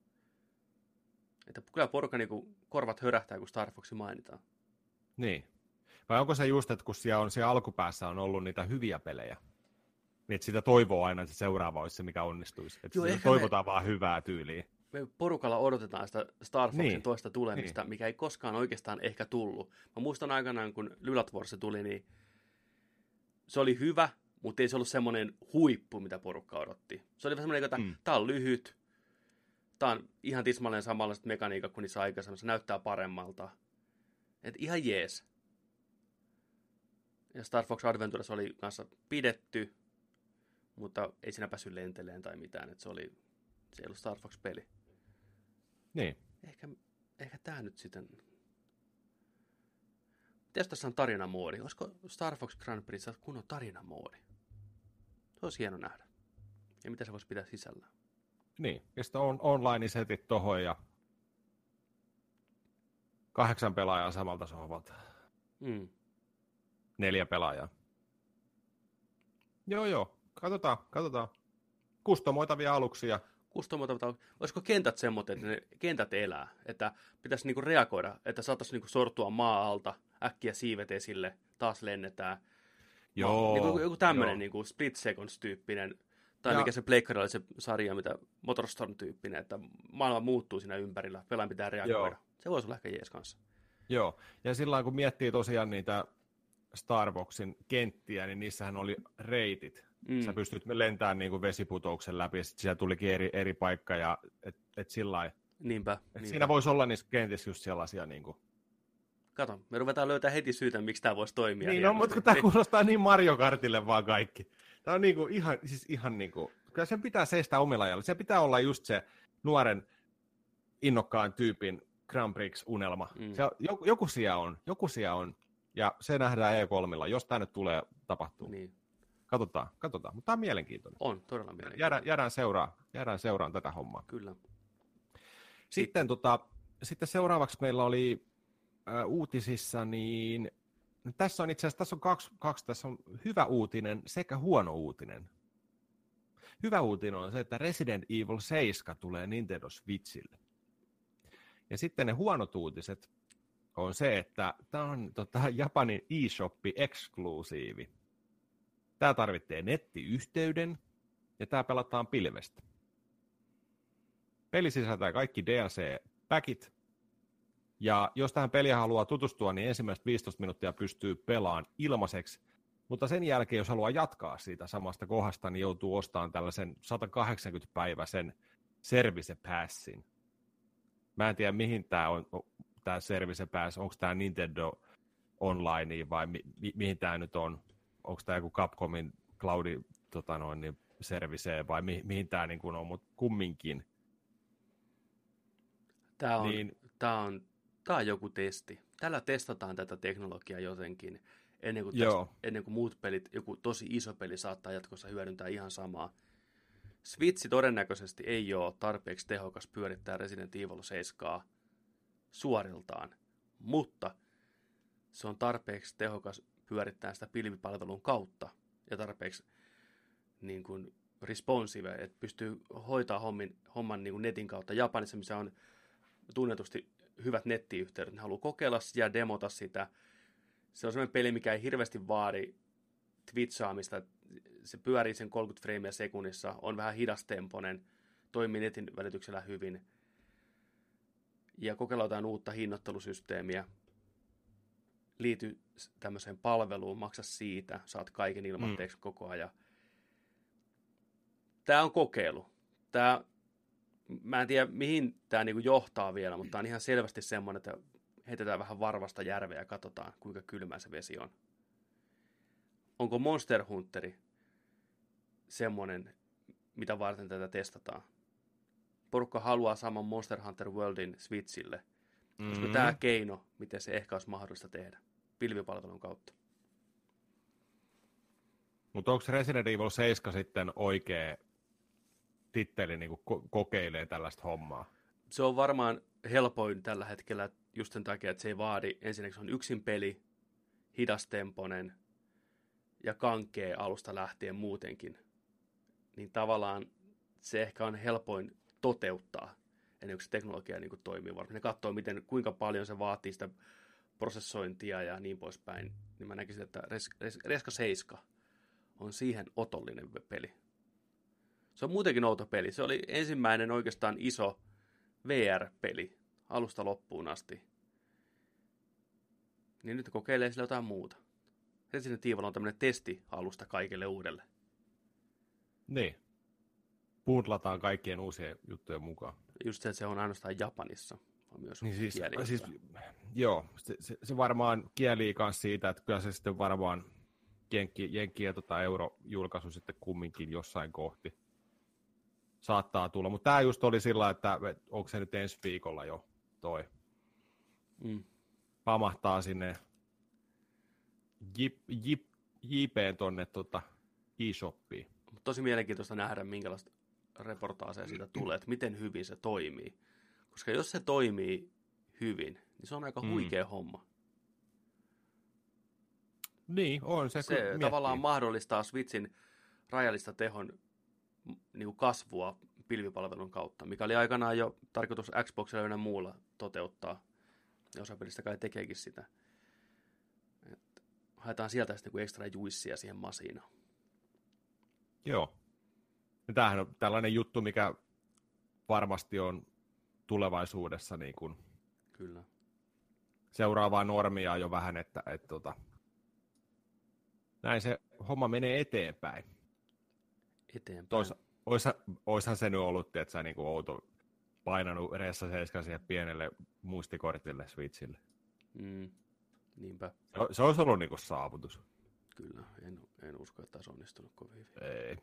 Että kyllä porukka niin kuin korvat hörähtää, kun Star Fox mainitaan. Niin. Vai onko se just, että kun siellä, on, siellä alkupäässä on ollut niitä hyviä pelejä, niin että sitä toivoo aina, että se seuraava olisi se, mikä onnistuisi. Että Joo, toivotaan me, vaan hyvää tyyliä. Me porukalla odotetaan sitä Star Foxin niin. toista tulemista, niin. mikä ei koskaan oikeastaan ehkä tullut. Mä muistan aikanaan, kun Lylat Wars tuli, niin se oli hyvä, mutta ei se ollut semmoinen huippu, mitä porukka odotti. Se oli semmoinen, että mm. tää on lyhyt, Tää on ihan tismalleen samanlaiset mekaniikat kuin niissä aikaisemmissa. Se näyttää paremmalta. Et ihan jees. Ja Star Fox Adventures oli kanssa pidetty, mutta ei siinä päässyt lenteleen tai mitään. Et se oli, se ei ollut Star Fox-peli. Niin. Ehkä, ehkä tää nyt sitten... Mites tässä on tarinamoodi? Olisiko Star Fox Grand Prix kunnon tarinamoodi? Se olisi hieno nähdä. Ja mitä se voisi pitää sisällään? Niin, ja sitten on online-setit tohon ja kahdeksan pelaajaa samalta sohvalta. Mm. Neljä pelaajaa. Joo, joo. Katsotaan, katsotaan. Kustomoitavia aluksia. Kustomoitavia. Olisiko kentät semmoiset, että ne kentät elää? Että pitäisi niinku reagoida, että saataisiin niinku sortua maa alta, äkkiä siivet esille, taas lennetään. Joo. Niinku, joku tämmöinen niinku Split Seconds-tyyppinen, tai ja... mikä se Pleikkari oli se sarja, mitä Motorstorm-tyyppinen, että maailma muuttuu siinä ympärillä, pelaan pitää reagoida. Joo. Se voisi olla ehkä jees kanssa. Joo, ja sillä kun miettii tosiaan niitä Starboxin kenttiä, niin niissähän oli reitit. Mm. Sä pystyt lentämään niin kuin vesiputouksen läpi, ja sitten siellä tulikin eri, eri paikka, ja et, et sillä lailla. Niinpä, niinpä. Siinä voisi olla niissä kentissä just sellaisia. Niin kuin... Kato, me ruvetaan löytää heti syytä, miksi tämä voisi toimia. Niin, no, mutta kun tämä kuulostaa niin Mario Kartille vaan kaikki. Tämä on niin kuin ihan, siis ihan niin kuin, kyllä sen pitää seistää omilla ajalla. Se pitää olla just se nuoren innokkaan tyypin Grand Prix-unelma. Mm. Se, joku, joku siellä on, joku siellä on. Ja se nähdään E kolmella, jos tämä nyt tulee tapahtuu. Niin. Katsotaan, katsotaan. Mutta tämä on mielenkiintoinen. On, todella mielenkiintoinen. Jäädään, jäädään, seuraa, jäädään seuraan tätä hommaa. Kyllä. Sitten, sitten, tota, sitten seuraavaksi meillä oli äh, uutisissa, niin tässä on itse asiassa tässä on kaksi, kaksi, tässä on hyvä uutinen sekä huono uutinen. Hyvä uutinen on se, että Resident Evil seitsemän tulee Nintendo Switchille. Ja sitten ne huonot uutiset on se, että tämä on tota, Japanin eShoppi eksklusiivi. Tämä tarvitsee nettiyhteyden ja tämä pelataan pilvestä. Peli sisältää kaikki D L C-päkit. Ja jos tähän peliä haluaa tutustua, niin ensimmäiset viisitoista minuuttia pystyy pelaamaan ilmaiseksi. Mutta sen jälkeen, jos haluaa jatkaa siitä samasta kohdasta, niin joutuu ostamaan tällaisen sata kahdeksankymmentä päiväisen Service Passin. Mä en tiedä, mihin tämä on, tämä Service Pass, onko tämä Nintendo Online vai mi- mi- mihin tämä nyt on, onko tämä joku Capcomin Cloudi tota noin, niin Service vai mi- mihin tämä niin on, mutta kumminkin. Tämä on, niin, tämä, on, tämä on joku testi. Tällä testataan tätä teknologiaa jotenkin, ennen kuin, tästä, ennen kuin muut pelit, joku tosi iso peli saattaa jatkossa hyödyntää ihan samaa. Switch todennäköisesti ei ole tarpeeksi tehokas pyörittää Resident Evil seitsemän suoriltaan, mutta se on tarpeeksi tehokas pyörittää sitä pilvipalvelun kautta ja tarpeeksi niin kuin responsive, että pystyy hoitaa hommin, homman niin kuin netin kautta. Japanissa, missä on tunnetusti hyvät nettiyhteydet, ne haluaa kokeilla ja demota sitä. Se on sellainen peli, mikä ei hirveästi vaadi twitchaamista. Se pyörii sen kolmekymmentä freimiä sekunnissa, on vähän hidastempoinen, toimii netin välityksellä hyvin. Ja kokeillaan jotain uutta hinnoittelusysteemiä. Liity tämmöiseen palveluun, maksa siitä, saat kaiken ilmatteeksi mm. koko ajan. Tämä on kokeilu. Tämä, mä en tiedä, mihin tämä niinku johtaa vielä, mutta tämä on ihan selvästi semmoinen, että heitetään vähän varvasta järveä ja katsotaan, kuinka kylmä se vesi on. Onko Monster Hunteri semmoinen, mitä varten tätä testataan? Porukka haluaa saman Monster Hunter Worldin Switchille. Mm-hmm. Olisiko tämä keino, miten se ehkä olisi mahdollista tehdä pilvipalvelun kautta? Mutta onko Resident Evil seitsemän sitten oikea titteli niin ko- kokeilee tällaista hommaa? Se on varmaan helpoin tällä hetkellä just sen takia, että se ei vaadi. Ensinnäkin se on yksin peli, hidastempoinen ja kankea alusta lähtien muutenkin. Niin tavallaan se ehkä on helpoin toteuttaa, ennen kuin se teknologia niin kuin toimii. Varmaan ne katsoo, miten, kuinka paljon se vaatii sitä prosessointia ja niin poispäin. Niin mä näkisin, että Res, Res, Reska seitsemän on siihen otollinen peli. Se on muutenkin outo peli. Se oli ensimmäinen oikeastaan iso V R-peli alusta loppuun asti. Niin nyt kokeilee sillä jotain muuta. Resident Evil on tämmöinen testi-alusta kaikille uudelle. Niin. Bundlataan kaikkien uusien juttujen mukaan. just se, että se on ainoastaan Japanissa, vaan myös niin siis, kieliä. siis, joo, se, se, se varmaan kielii myös siitä, että kyllä se sitten varmaan jenkki, jenkki ja tota eurojulkaisu sitten kumminkin jossain kohti saattaa tulla. Mutta tämä just oli sillä, että onko se nyt ensi viikolla jo toi. Mm. Pamahtaa sinne jip, jip, jipeen tonne tota eShopiin. Tosi mielenkiintoista nähdä, minkälaista reportaaseja siitä tulee, että miten hyvin se toimii. Koska jos se toimii hyvin, niin se on aika huikea mm. homma. Niin, on se. Se tavallaan mahdollistaa Switchin rajallista tehon niin kuin kasvua pilvipalvelun kautta, mikä oli aikanaan jo tarkoitus Xboxilla ja muulla toteuttaa. Ja osa pelistä kai tekeekin sitä. Et haetaan sieltä sitten ekstra juissia siihen masiinaan. Joo. Ja tämähän on tällainen juttu, mikä varmasti on tulevaisuudessa niin kuin Kyllä. Seuraavaa normia jo vähän, että, että, että, että näin se homma menee eteenpäin. Eteenpäin. Toisa, oisha, oishan se nyt ollut, että sä niin kuin outo painanut Ressa seiskan siihen pienelle muistikortille Switchille. Mm, niinpä. Se, se olisi ollut niin kuin saavutus. Kyllä, en, en usko, että olisi onnistunut kovin hyvin. Ei.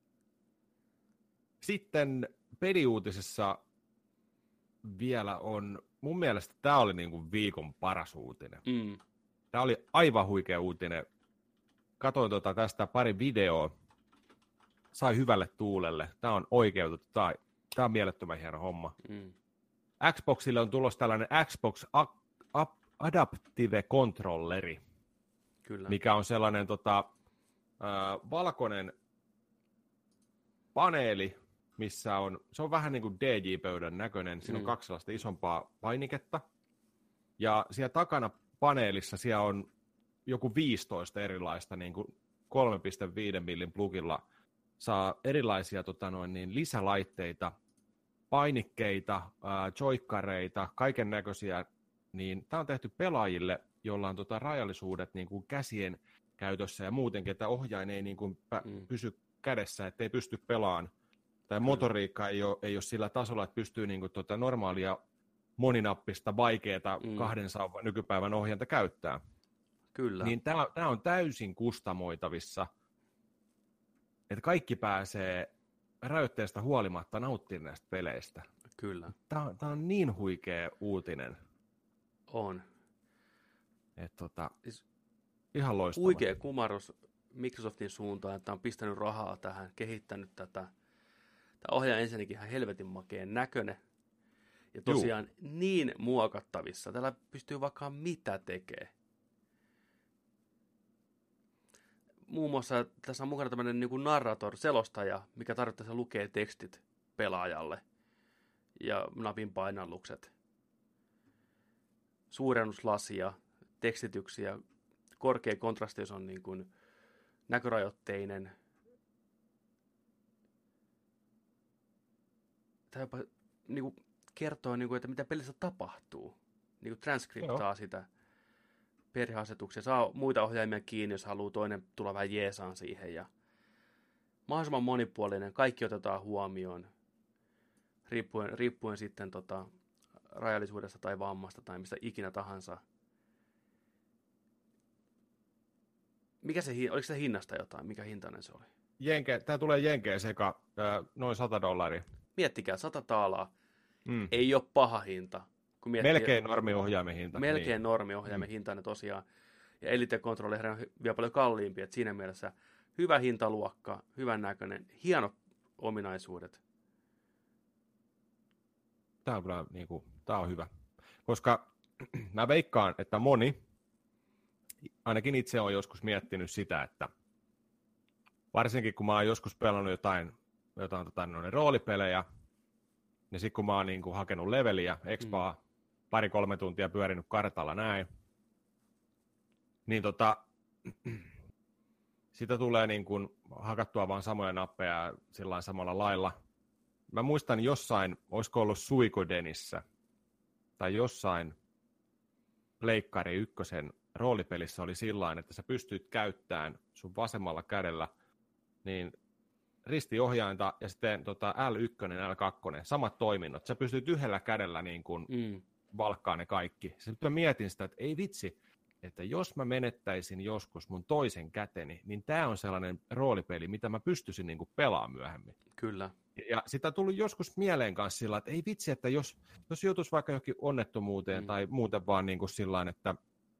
Sitten peliuutisessa vielä on, mun mielestä tämä oli niin kuin viikon paras uutinen. Mm. Tämä oli aivan huikea uutinen. Katoin tuota tästä pari videoa. Sai hyvälle tuulelle. Tämä on oikeutettu. Tämä, tämä on mielettömän hieno homma. Mm. Xboxille on tulossa tällainen Xbox A- A- Adaptive Controlleri. Kyllä. Mikä on sellainen tota, äh, valkoinen paneeli, missä on, se on vähän niin kuin D J-pöydän näköinen. Siinä mm. on kaksi sellaista isompaa painiketta. Ja siellä takana paneelissa siellä on joku viisitoista erilaista niin kuin kolme pilkku viisi millin plugilla saa erilaisia tota noin, niin lisälaitteita, painikkeita, äh, joikkareita, kaiken näköisiä. Niin tämä on tehty pelaajille, joilla on tota rajallisuudet niin kuin käsien käytössä ja muutenkin, että ohjain ei niin kuin pä- mm. pysy kädessä, ettei pysty pelaamaan. Tai motoriikka ei ole, ei ole sillä tasolla, että pystyy niin kuin tota normaalia moninappista, vaikeaa mm. kahden sauvan nykypäivän ohjainta käyttää. Kyllä. Niin tämä, tämä on täysin kustamoitavissa, että kaikki pääsee rajoitteesta huolimatta nauttimaan näistä peleistä. Kyllä. Tämä, tämä on niin huikea uutinen. On. Että tota, siis ihan loistava. Huikea kumarus Microsoftin suuntaan, että on pistänyt rahaa tähän, kehittänyt tätä. Tämä ohjaa ensinnäkin ihan helvetin makeen näköinen. Ja tosiaan Juu. niin muokattavissa. Täällä pystyy vaikka mitä tekee. Muun muassa tässä on mukana tämmöinen niin kuin narrator, selostaja, mikä tarkoittaa, että se lukee tekstit pelaajalle. Ja napin painallukset. Suurennuslasia, tekstityksiä, korkea kontrasti, jos on niin kuin näkörajoitteinen. Tämä jopa niin kuin kertoo, niin kuin, että mitä pelissä tapahtuu. Niin kuin transkriptaa Joo. sitä perheasetuksia. Saa muita ohjaimia kiinni, jos haluaa toinen tulla vähän jeesaan siihen. Ja mahdollisimman monipuolinen, kaikki otetaan huomioon, riippuen, riippuen sitten tota, rajallisuudesta tai vammasta tai mistä ikinä tahansa. Mikä se, oliko se hinnasta jotain? Mikä hintainen se oli? Jenke, tämä tulee Jenkeen seka, noin sata dollaria. Miettikää, sata taalaa. Mm. Ei ole paha hinta. Kun miettii, melkein normiohjaimen hinta. Melkein niin. normiohjaimen mm. hintainen tosiaan. Ja Elite Controller on vielä paljon kalliimpi. Että siinä mielessä hyvä hintaluokka, hyvän näköinen, hienot ominaisuudet. Tämä on, kyllä, niin kuin, tämä on hyvä. Koska mä veikkaan, että moni, ainakin itse olen joskus miettinyt sitä, että varsinkin kun mä oon joskus pelannut jotain, jotain tota, noin roolipelejä, niin sitten kun mä oon niin kuin hakenut leveliä, expaa, mm. pari-kolme tuntia pyörinyt kartalla näin, niin tota, sitä tulee niin kuin hakattua vaan samoja nappeja sillain samalla lailla. Mä muistan jossain, olisiko ollut Suikodenissä, tai jossain Pleikkari ykkösen roolipelissä oli sillain, että sä pystyt käyttämään sun vasemmalla kädellä niin ristiohjainta ja sitten tota L yksi ja L kaksi, samat toiminnot. Sä pystyt yhdellä kädellä niin kuin mm. valkkaa ne kaikki. Sitten mä mietin sitä, että ei vitsi, että jos mä menettäisin joskus mun toisen käteni, niin tää on sellainen roolipeli, mitä mä pystyisin niin kuin pelaamaan myöhemmin. Kyllä. Ja sitä on tullut joskus mieleen kanssa sillä, että ei vitsi, että jos, jos joutuisi vaikka johonkin onnettomuuteen mm. tai muuten vaan niin kuin sillain, että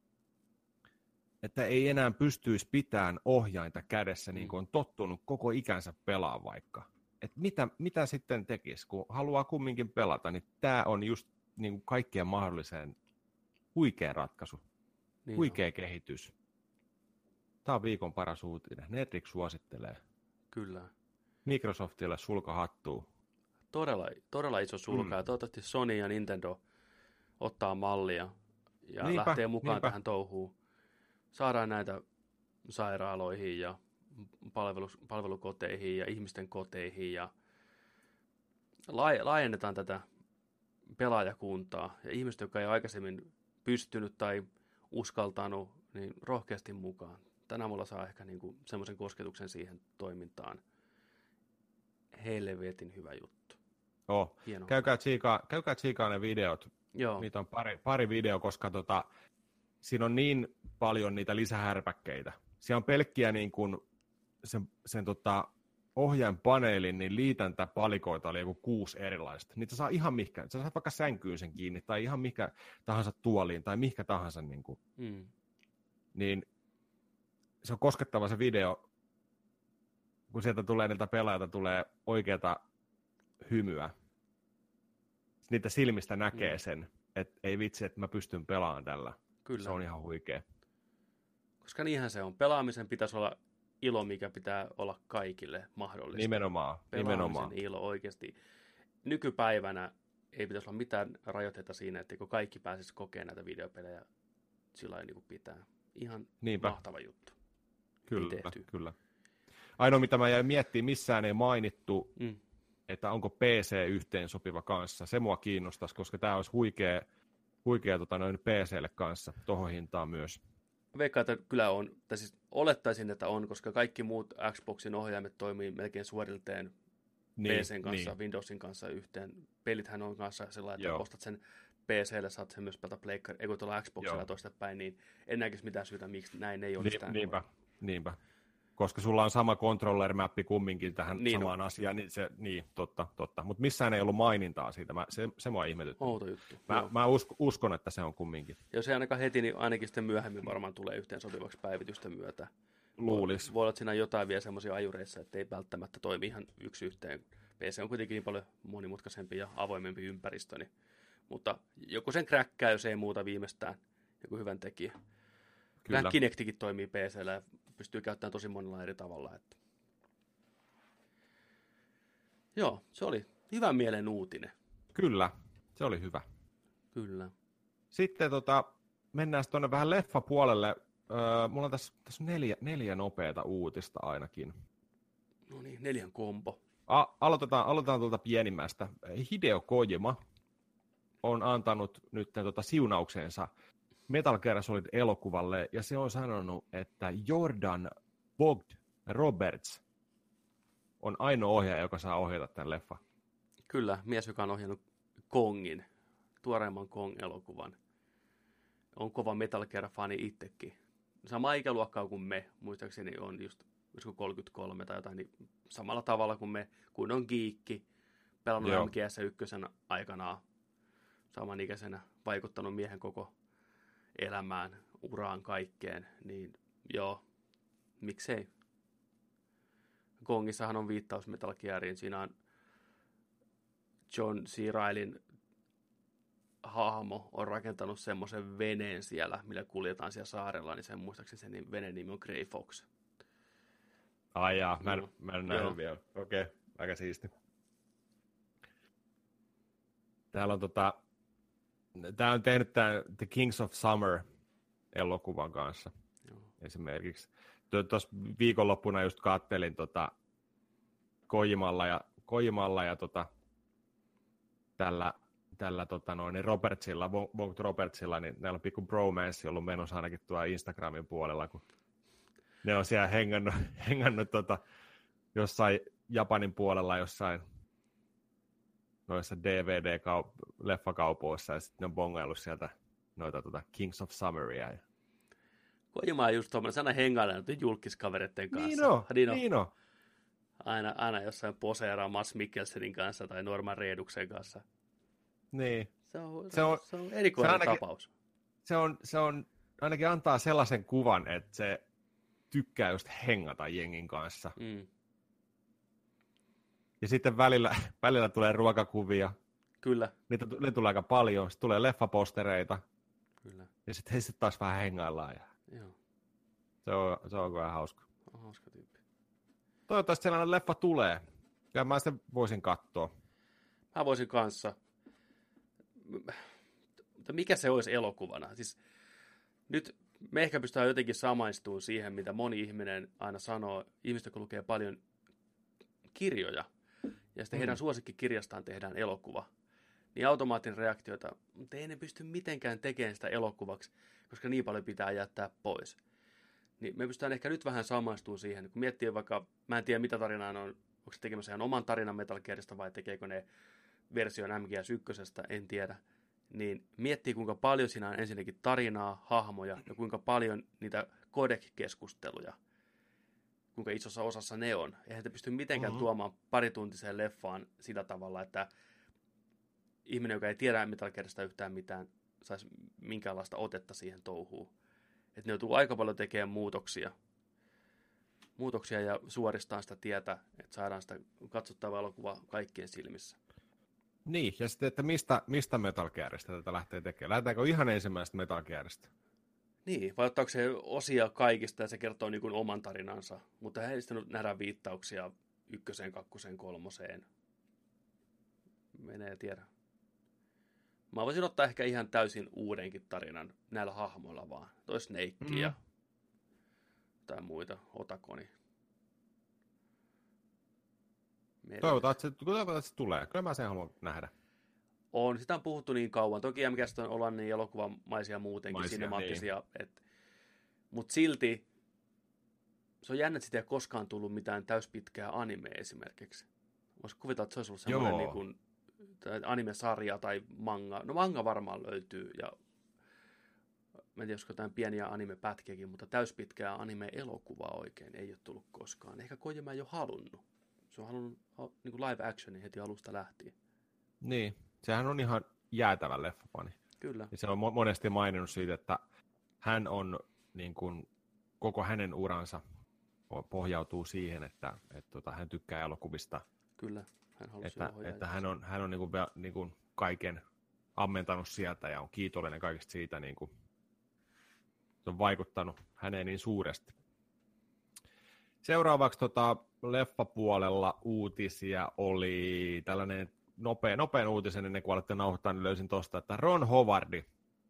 että ei enää pystyisi pitämään ohjainta kädessä, niin kuin on tottunut koko ikänsä pelaa vaikka. Että mitä, mitä sitten tekisi, kun haluaa kumminkin pelata, niin tämä on just niin kuin kaikkien mahdolliseen huikea ratkaisu, niin huikea on. Kehitys. Tämä on viikon paras uutinen. Netflix suosittelee. Kyllä. Microsoftille sulka hattuu. Todella, todella iso sulka, mm. ja toivottavasti Sony ja Nintendo ottaa mallia ja niinpä, lähtee mukaan niinpä. Tähän touhuun. Saadaan näitä sairaaloihin ja palvelu, palvelukoteihin ja ihmisten koteihin ja laajennetaan tätä pelaajakuntaa. Ja ihmiset, jotka ei aikaisemmin pystynyt tai uskaltanut, niin rohkeasti mukaan. Tänä mulla saa ehkä niinku semmoisen kosketuksen siihen toimintaan. Helvetin hyvä juttu. Oh. Käykää tsiikaa, käykää tsiikaa ne videot. Joo. Niitä on pari, pari video, koska tota, siinä on niin paljon niitä lisähärpäkkeitä. Siellä on pelkkiä niin kuin sen, sen tota, ohjainpaneelin niin liitäntäpalikoita oli joku kuusi erilaista. Niitä saa ihan mihinkä, sä saat vaikka sänkyyn sen kiinni, tai ihan mihinkä tahansa tuoliin, tai mihinkä tahansa. Niin, kuin. Mm. Niin se on koskettava se video, kun sieltä tulee niiltä pelaajilta tulee oikeata hymyä. Niitä silmistä näkee mm. sen, että ei vitsi, että mä pystyn pelaamaan tällä. Kyllä. Se on ihan huikea. Koska niinhän se on. Pelaamisen pitäisi olla ilo, mikä pitää olla kaikille mahdollista. Nimenomaan. Pelaamisen Nimenomaan. ilo oikeasti. Nykypäivänä ei pitäisi olla mitään rajoitteita siinä, että kun kaikki pääsisi kokemaan näitä videopelejä sillä lailla niin kuin pitää. Ihan Niinpä. Mahtava juttu. Kyllä, kyllä. Ainoa, mitä mä jäin miettimään, missään ei mainittu, mm. että onko P C yhteensopiva kanssa. Se mua kiinnostaisi, koska tämä olisi huikea, huikea tota, noin P C:lle kanssa, tohon hintaan myös. Veikkaan, että kyllä on, tai siis olettaisin, että on, koska kaikki muut Xboxin ohjaimet toimii melkein suorilteen niin, P C:n kanssa, niin. Windowsin kanssa yhteen. Pelithän on kanssa sellainen, että Joo. ostat sen P C:lle, saat sen myös pelata Pleikkari, ei kun tuolla Xboxilla toista päin, niin en näkisi mitään syytä, miksi näin ei olisi. Ni, niinpä, niinpä. Koska sulla on sama controller-mappi kumminkin tähän niin samaan on. asiaan, niin, se, niin totta, totta. Mutta missään ei ollut mainintaa siitä, mä, se, se mua ihmetytti. Outo juttu. Mä, mä usko, uskon, että se on kumminkin. Jos ei ainakaan heti, niin ainakin sitten myöhemmin varmaan tulee yhteen sopivaksi päivitysten myötä. Luulis. Voi olla, että siinä on jotain vielä semmoisia ajureissa, että ei välttämättä toimi ihan yksi yhteen. P C on kuitenkin niin paljon monimutkaisempi ja avoimempi ympäristö, niin, mutta joku sen kräkkää, jos ei muuta viimeistään, joku hyvän tekijä. Kyllä Kinectikin toimii P C:llä ja pystyy käyttämään tosi monella eri tavalla. Että. Joo, se oli hyvän mielen uutinen. Kyllä, se oli hyvä. Kyllä. Sitten tota, mennään tuonne vähän leffapuolelle. Öö, mulla on tässä, tässä neljä, neljä nopeata uutista ainakin. No niin, neljän kombo. A- aloitetaan, aloitetaan tuolta pienimmästä. Hideo Kojima on antanut nyt tota siunauksensa Metal Gear Solid-elokuvalle, ja se on sanonut, että Jordan Vogt Roberts on ainoa ohjaaja, joka saa ohjata tämän leffan. Kyllä, mies, joka on ohjannut Kongin, tuoreimman Kong-elokuvan. On kova Metal Gear-fani itsekin. Sama ikäluokkaa kuin me, muistaakseni on just kolmekymmentäkolme tai jotain, niin samalla tavalla kuin me, kun on giikki, pelannut Joo. M G S yksi aikanaan, samanikäisenä vaikuttanut miehen koko elämään, uraan, kaikkeen, niin joo, miksei. Kongissahan on viittaus Metal Geariin, siinä on John C. Reillyn hahmo on rakentanut semmoisen veneen siellä, millä kuljetaan siellä saarella, niin sen muistaakseni sen veneen nimi on Grey Fox. Ai jaa, mä en, no, mä en nähnyt vielä. Okei, okay, aika siisti. Täällä on tota, tää on tehnyt tämän The Kings of Summer elokuvan kanssa. Joo. Esimerkiksi. Tuossa viikonloppuna just kattelin tota Kojimalla ja, Kojimalla ja tota, tällä, tällä tota noin, Robertsilla, Vogt Robertsilla, niin näillä on pikku bromance ollut menossa ainakin tuolla Instagramin puolella, kun ne on siellä hengannut, hengannut tota, jossain Japanin puolella jossain noissa D V D-leffakaupoissa, ja sitten ne on bongaillut sieltä noita tuota Kings of Summeria. Ja... Kojima on just tuommoinen, sana hengailee nyt julkiskavereiden kanssa. Niin on, niin on. Niin on. Aina, aina jossain poseeraa Mats Mikkelsenin kanssa tai Norman Reeduksen kanssa. Niin. Se on, se on, se on erikoinen se ainakin, tapaus. Se on, se on, ainakin antaa sellaisen kuvan, että se tykkää just hengata jengin kanssa. Mm. Ja sitten välillä, välillä tulee ruokakuvia. Kyllä. Niitä, niitä tulee aika paljon. Sitten tulee leffapostereita. Kyllä. Ja sitten heistä taas vähän hengaillaan. Ja... Joo. Se on, se on kyllä hauska. On hauska tyyppi. Toivottavasti sellainen leffa tulee. Ja mä sitten voisin katsoa. Mä voisin kanssa. Mutta mikä se olisi elokuvana? Siis nyt me ehkä pystytään jotenkin samaistumaan siihen, mitä moni ihminen aina sanoo. Ihmiset, jotka lukee paljon kirjoja. Ja sitten mm. heidän suosikkikirjastaan tehdään elokuva. Niin automaattinen reaktioita, mutta ei ne pysty mitenkään tekemään sitä elokuvaksi, koska niin paljon pitää jättää pois. Niin me pystytään ehkä nyt vähän samaistumaan siihen, kun miettii vaikka, mä en tiedä mitä tarinaa on, onko se tekemässä ihan oman tarinan Metal Gearista vai tekeekö ne version M G S yksi, en tiedä. Niin miettii kuinka paljon siinä on ensinnäkin tarinaa, hahmoja ja kuinka paljon niitä codec-keskusteluja, kuinka isossa osassa ne on. Eihän te pysty mitenkään mm-hmm. tuomaan parituntiseen leffaan sillä tavalla, että ihminen, joka ei tiedä Metal Gearista yhtään mitään, saisi minkäänlaista otetta siihen touhuun. Että ne joutuu aika paljon tekemään muutoksia. Muutoksia ja suoristaa sitä tietä, että saadaan sitä katsottavaa elokuvaa kaikkien silmissä. Niin, ja sitten, että mistä, mistä Metal Gearista tätä lähtee tekemään? Lähdetäänkö ihan ensimmäisestä Metal Gearista? Niin, vai ottaako se osia kaikista ja se kertoo niin kuin oman tarinansa, mutta ei sitten nähdä viittauksia ykköseen, kakkoseen, kolmoseen. Menee tiedä. Mä voisin ottaa ehkä ihan täysin uudenkin tarinan näillä hahmoilla vaan. Toi Snake mm. ja tai muita, Otakoni. Toivotaan, että se, toivotaan, että se tulee. Kyllä mä sen haluan nähdä. On, sitä on puhuttu niin kauan. Toki M G S on olla niin elokuvamaisia muutenkin, Maisia, sinemaattisia. Niin. Mutta silti se on jännä, että siitä ei koskaan tullut mitään täyspitkää animea esimerkiksi. Voisi kuvitella, että se olisi ollut semmoinen niin kuin anime-sarja tai manga. No manga varmaan löytyy ja mä en tiedä, olisiko jotain pieniä anime-pätkiäkin, mutta täyspitkää anime-elokuvaa oikein ei ole tullut koskaan. Ehkä Kojima ei ole halunnut. Se on halunnut niin kuin live actionin heti alusta lähtien. Niin, sehän on ihan jäätävä leffapani. Kyllä. Ja se on monesti maininnut siitä, että hän on, niin kuin, koko hänen uransa pohjautuu siihen, että, että tota, hän tykkää elokuvista. Kyllä, hän halusi että, että hän on, hän on niin kuin, niin kuin kaiken ammentanut sieltä ja on kiitollinen kaikesta siitä. Niin kuin, se on vaikuttanut häneen niin suuresti. Seuraavaksi tota, leffapuolella uutisia oli tällainen nopea, nopean uutisen, ennen kuin aloitte nauhoittaa, niin löysin tuosta, että Ron Howardi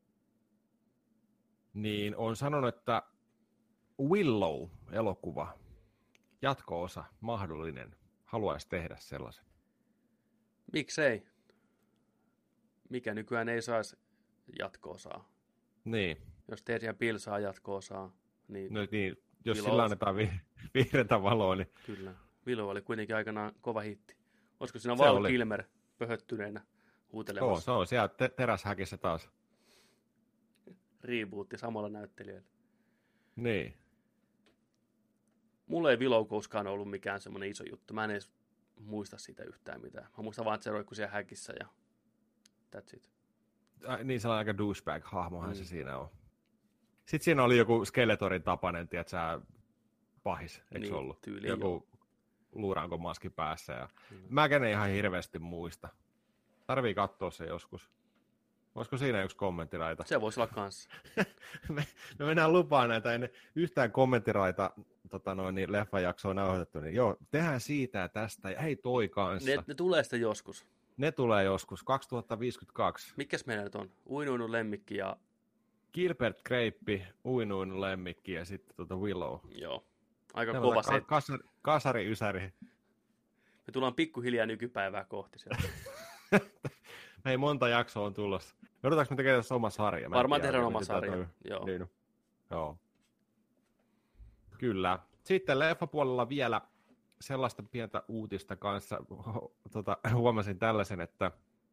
niin on sanonut, että Willow-elokuva, jatko-osa, mahdollinen, haluaisi tehdä sellaisen. Miksei? Mikä nykyään ei saisi jatko-osaa? Niin. Jos Terja Bill saa jatko-osaa, niin... No niin, jos Willow... sillä annetaan vi- vihreätä valoa, niin... Kyllä. Willow oli kuitenkin aikanaan kova hitti. Olisiko siinä Val oli. Kilmer pöhöttyneenä huutelemassa? Joo, se on siellä te- teräshäkissä taas. Rebootti samalla näyttelijällä. Niin. Mulla ei Willow koskaan ollut mikään semmoinen iso juttu. Mä en edes muista siitä yhtään mitään. Mä muistan vaan, että se roikkui siellä häkissä ja that's it. Äh, niin sellainen aika douchebag-hahmohan mm. se siinä on. Sitten siinä oli joku Skeletorin tapainen, tiedätkö, pahis, eikö niin, ollut? Tyyli joku jo. luuranko maski päässä. Ja... Mm. Mäkään ei ihan hirveästi muista. Tarvii katsoa se joskus. Olisiko siinä yksi kommenttiraita? Se voisi olla kanssa. me, me mennään lupaan näitä ennen yhtään kommenttiraita tota noin, niin leffajaksoa nauhoitettu. Niin joo, tehdään siitä ja tästä ja hei toi kanssa. Ne, ne tulee sitten joskus. Ne tulee joskus, kaksituhattaviisikymmentäkaksi. Mikäs meillä nyt on? Uinuinut lemmikki ja... Gilbert Grape, uinuinut lemmikki ja sitten tuota Willow. Joo, aika ne kova se. Kasari, kasari, ysäri. Me tullaan pikkuhiljaa nykypäivää kohti sieltä. Hei, monta jaksoa on tulossa. Joudutaanko me tekemään tässä oma sarja? Mä Varmaan tehdään oma sarja, toi... joo. Niin, joo. Kyllä. Sitten leffapuolella vielä sellaista pientä uutista kanssa. Tota, huomasin tällaisen, että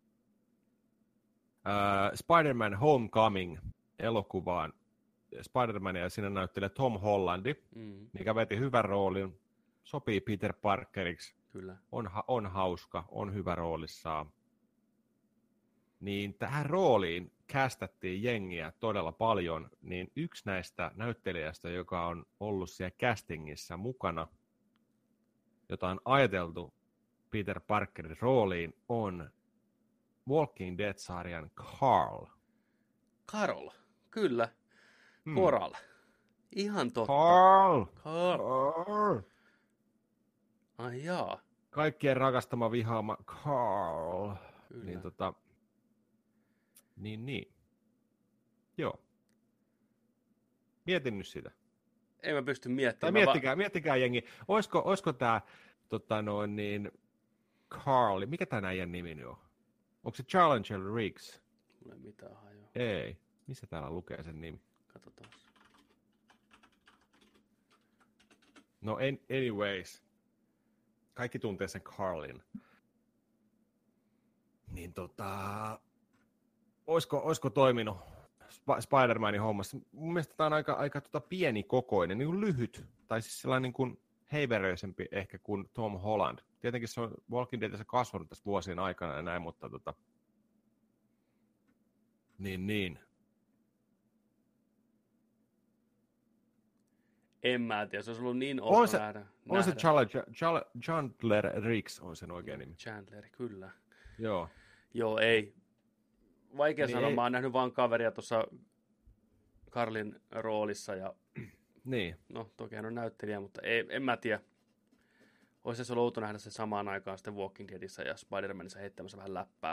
ää, Spider-Man Homecoming elokuvaan Spider-Man ja siinä näyttelee Tom Hollandi, mm. mikä veti hyvän roolin, sopii Peter Parkeriksi, Kyllä. On, on hauska, on hyvä roolissaan. Niin tähän rooliin kästättiin jengiä todella paljon, niin yksi näistä näyttelijästä, joka on ollut siellä castingissa mukana, jota on ajateltu Peter Parkerin rooliin, on Walking Dead-sarjan Carl. Carl, kyllä. Hmm. Coral. Ihan totta. Carl! Carl. Carl! Ai jaa. Kaikkien rakastama vihaama Carl. Kyllä. Niin tota... Niin, niin. Joo. Mietin nyt sitä. Ei mä pysty miettimään. Tai miettikää, va- miettikää jengi. Oisko, oisko tää tota noin niin... Carl, mikä tää näijän nimi nyt on? Onko se Challenger Riggs? Mulla ei mitään hajoa. Ei. Missä täällä lukee sen nimi? Katsotaan. No anyways. Kaikki tuntee sen Carlin. Niin tota... Oisko, oisko toiminut Sp- Spider-Manin hommassa? Mun mielestä tää on aika, aika tota pieni kokoinen, niin kuin lyhyt. Tai siis sellainen niin kuin heiveröisempi ehkä kuin Tom Holland. Tietenkin se on Walking Deadissä kasvanut tässä vuosien aikana ja näin, mutta tota... Niin, niin. En mä tiedä, se olisi ollut niin on se, nähdä. On se Chandler, Chandler Riggs on sen oikein nimi. Chandler, kyllä. Joo. Joo, ei. Vaikea niin sanoa, ei. Mä oon nähnyt vaan kaveria tuossa Karlin roolissa ja niin. No, toki hän on näyttelijä, mutta ei, en mä tiedä. Olisi se ollut outo nähdä se samaan aikaan sitten Walking Deadissä ja Spider-Manissa heittämässä vähän läppää.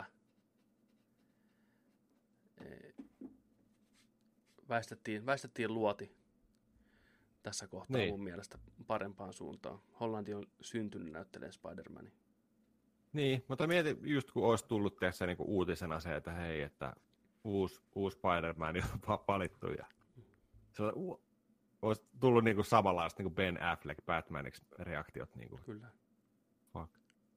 Väistettiin, väistettiin luoti tässä kohtaa niin. Mun mielestä parempaan suuntaan. Hollanti on syntynyt näyttelemään Spider-Mania. Niin, mutta mietin just kun olisi tullut tässä niinku uutisena se, että hei, että uusi, uusi Spider-Man on valittu ja se on, olisi tullut niinku samanlaista niinku Ben Affleck Batmaniksi reaktiot. Niinku. Kyllä. Fuck.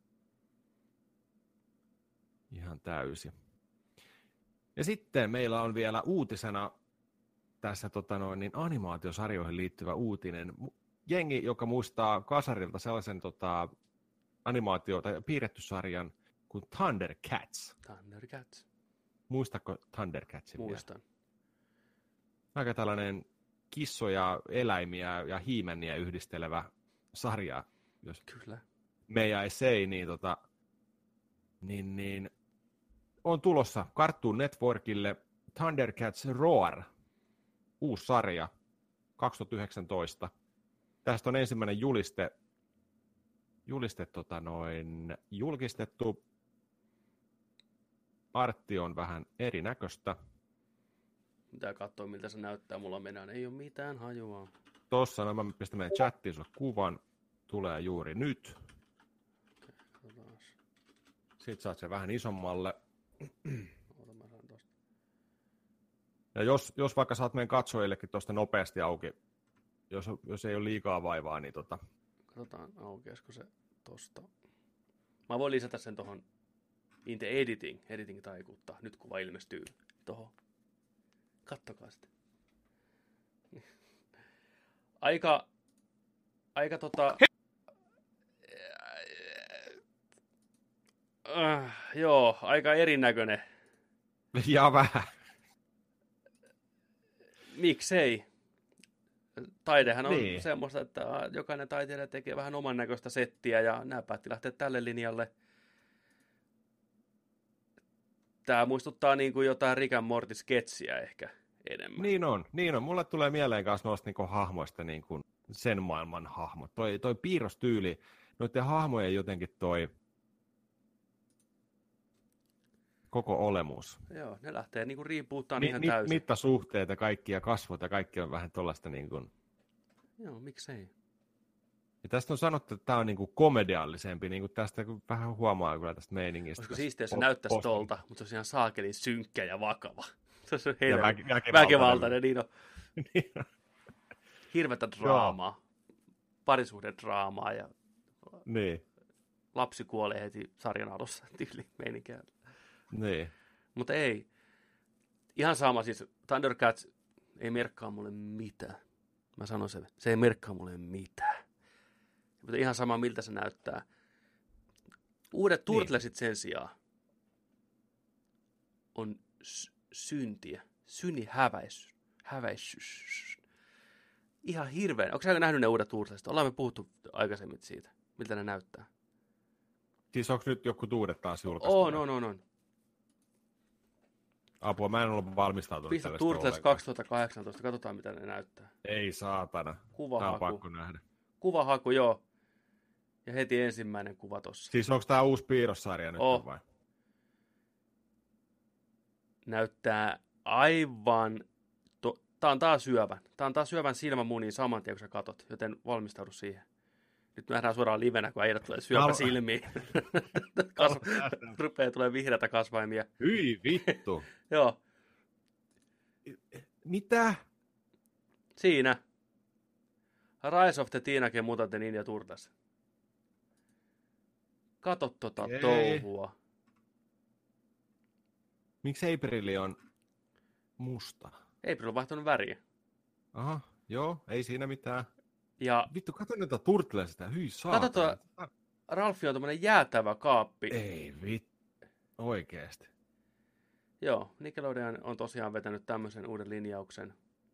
Ihan täysi. Ja sitten meillä on vielä uutisena tässä tota noin, niin animaatiosarjoihin liittyvä uutinen. Jengi, joka muistaa Kasarilta sellaisen tota, animaatio- tai piirretty sarjan kuin Thundercats. Thundercats. Muistatko Thundercatsin? Muistan. Vielä? Aika tällainen kissoja, eläimiä ja hiimänniä yhdistelevä sarja, jos Kyllä. me ei sei, niin, tota, niin, niin on tulossa Cartoon Networkille Thundercats Roar, uusi sarja, kaksituhattayhdeksäntoista. Tästä on ensimmäinen juliste, juliste tota noin, julkistettu. Artti on vähän erinäköistä. Mitä katsoa, miltä se näyttää. Mulla mennään, ei ole mitään hajua. Tossa, no mä pistän meidän chattiin sulle kuvan. Tulee juuri nyt. Okay, sitten saat sen vähän isommalle. Ota, mä saan tosta. Ja jos, jos vaikka saat meidän katsojillekin tuosta nopeasti auki, jos, jos ei ole liikaa vaivaa, niin tota... Katsotaan, aukeasko se tosta. Mä voin lisätä sen tohon in the editing, editing taikuutta, nyt kuva ilmestyy tohon. Kattokaa sitä. Aika, aika tota... Äh, joo, aika erinäköinen. Ja vähän. Miksei? Taidehan on niin. semmoista, että jokainen taiteilija tekee vähän oman näköistä settiä ja nämä päätti lähteä tälle linjalle. Tämä muistuttaa niin kuin jotain Rick and Morty-sketsiä ehkä enemmän. Niin on, niin on. Mulle tulee mieleen kanssa noista niinku hahmoista niinku sen maailman hahmot. Toi, toi piirrostyyli, noiden hahmojen jotenkin toi koko olemus. Joo, ne lähtee niinku riipuuttaan Mi- ihan mi- täysin. Mittasuhteet ja kaikki ja kasvot ja kaikki on vähän tuollaista niin kuin... Joo, miksei. Ja tästä on sanottu, että tämä on niin kuin komediallisempi, niin kuin tästä vähän huomaa kyllä tästä meiningistä. Olisiko siistiä, jos se näyttäisi post- tolta, mutta se on ihan saakelin synkkä ja vakava. Se on ja hirveä, väki- väkivaltainen. väkivaltainen, niin on. Hirveätä draamaa, parisuhdedraamaa ja Niin. Lapsi kuolee heti sarjan alussa tyyli meininkiä. Niin. Mutta ei. Ihan sama siis. Thundercats ei merkkaa mulle mitään. Mä sanon sen. Se ei merkkaa mulle mitään. Mutta ihan sama miltä se näyttää. Uudet Turtlesit sen sijaan on s- syntiä. Syni häväisy. Häväisys. Ihan hirveän. Onko sä nähnyt ne uudet Turtlesit? Ollaan me puhuttu aikaisemmin siitä. Miltä ne näyttää? Siis onko nyt joku uudet taas julkaistu? On, on, on, on. Apua, mä en ollut valmistautunut Pistä tällaista Turtles ollenkaan. kaksituhattakahdeksantoista, katsotaan mitä ne näyttää. Ei saatana. Tää on Kuvahaku. pakko nähdä. Kuvahaku, joo. Ja heti ensimmäinen kuva tossa. Siis onko tää uusi piirrossarja nyt Oh. vai? Näyttää aivan... To... Tää on taas syövän. Tää on taas syövän silmämuniin saman tien, kun sä katot. Joten valmistaudu siihen. Nyt me nähdään suoraan livenä, kun äijät tulee syöpä Halu- silmiin. Kasv... Rupeaa tulee vihreätä kasvaimia. Hyi vittu. Joo, Mitä? siinä. Rise of the Teenage Mutant Ninja Turtles. Kato tota Ei. touhua. Miksi Aprilli on musta? April on vaihtanut väriä. Aha, joo, ei siinä mitään. Ja Vittu, kato näitä Turtlesista. Hyi saatana. Kato tuo- Ralfi on tommonen jäätävä kaappi. Ei vittu. Oikeesti. Joo, Nickelodeon on tosiaan vetänyt tämmöisen uuden linjauksen.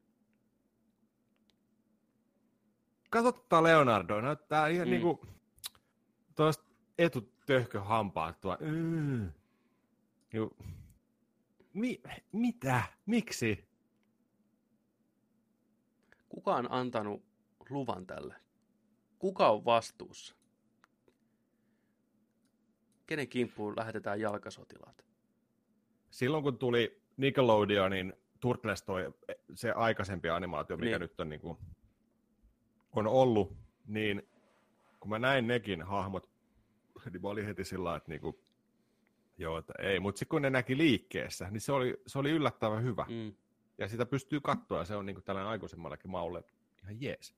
Kato tota Leonardo. Näyttää ihan Mm. mm. niinku tuosta etutöhköhampaat tuo. Mm. Ju. Mi- mitä? Miksi? Kuka on antanut luvan tälle? Kuka on vastuussa? Kenen kimppuun lähetetään jalkasotilaat? Silloin kun tuli Nickelodeonin Turtles toi, se aikaisempi animaatio, mikä Niin. nyt on, niinku, on ollut, niin kun mä näin nekin hahmot, niin mä olin heti sillä lailla, että niinku, joo, että ei. Mutta sitten kun ne näki liikkeessä, niin se oli, se oli yllättävän hyvä. Mm. Ja sitä pystyy katsoa, ja se on niinku tällainen aikuisemmallekin maulle ihan jees.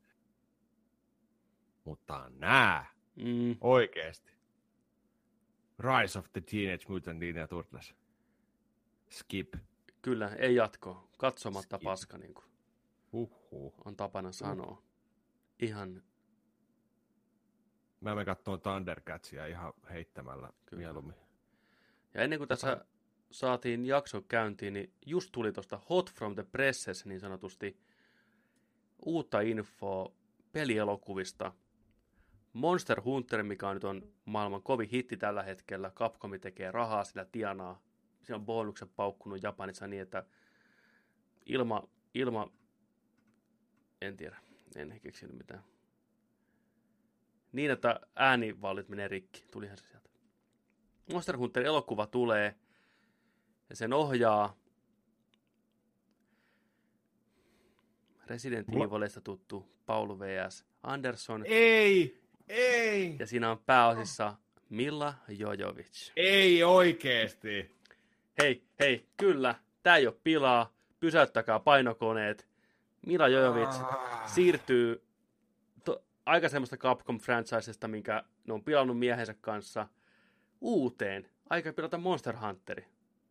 Mutta nää, Mm. oikeesti. Rise of the Teenage Mutant Ninja Turtles. Skip. Kyllä, ei jatko. Katsomatta Skip. paska, niin kuin Huhhuh. on tapana sanoa. Ihan Mä menen katsomaan Thundercatsia ihan heittämällä Kyllä. mieluummin. Ja ennen kuin tässä saatiin jakso käyntiin, niin just tuli tuosta Hot from the Presses niin sanotusti uutta infoa pelielokuvista. Monster Hunter, mikä on nyt on maailman kovin hitti tällä hetkellä. Capcom tekee rahaa, sillä tienaa. Siinä on bonukset paukkunut Japanissa niin, että ilma, ilma, en tiedä, en keksinyt mitään. Niin, että äänivallit menee rikki. Tulihan se sieltä. Monster Hunter elokuva tulee ja sen ohjaa Resident Mulla- Evilista tuttu Paul V S Anderson. Ei! Ei! Ja siinä on pääosissa Milla Jojovic. Ei oikeesti! Hei, hei, kyllä, tää ei ole pilaa. Pysäyttäkää painokoneet. Milla Jojovic Ah. siirtyy to, aikaisemmasta Capcom-franchisesta, minkä ne on pilannut miehensä kanssa, uuteen. Aika pilata Monster Hunteri.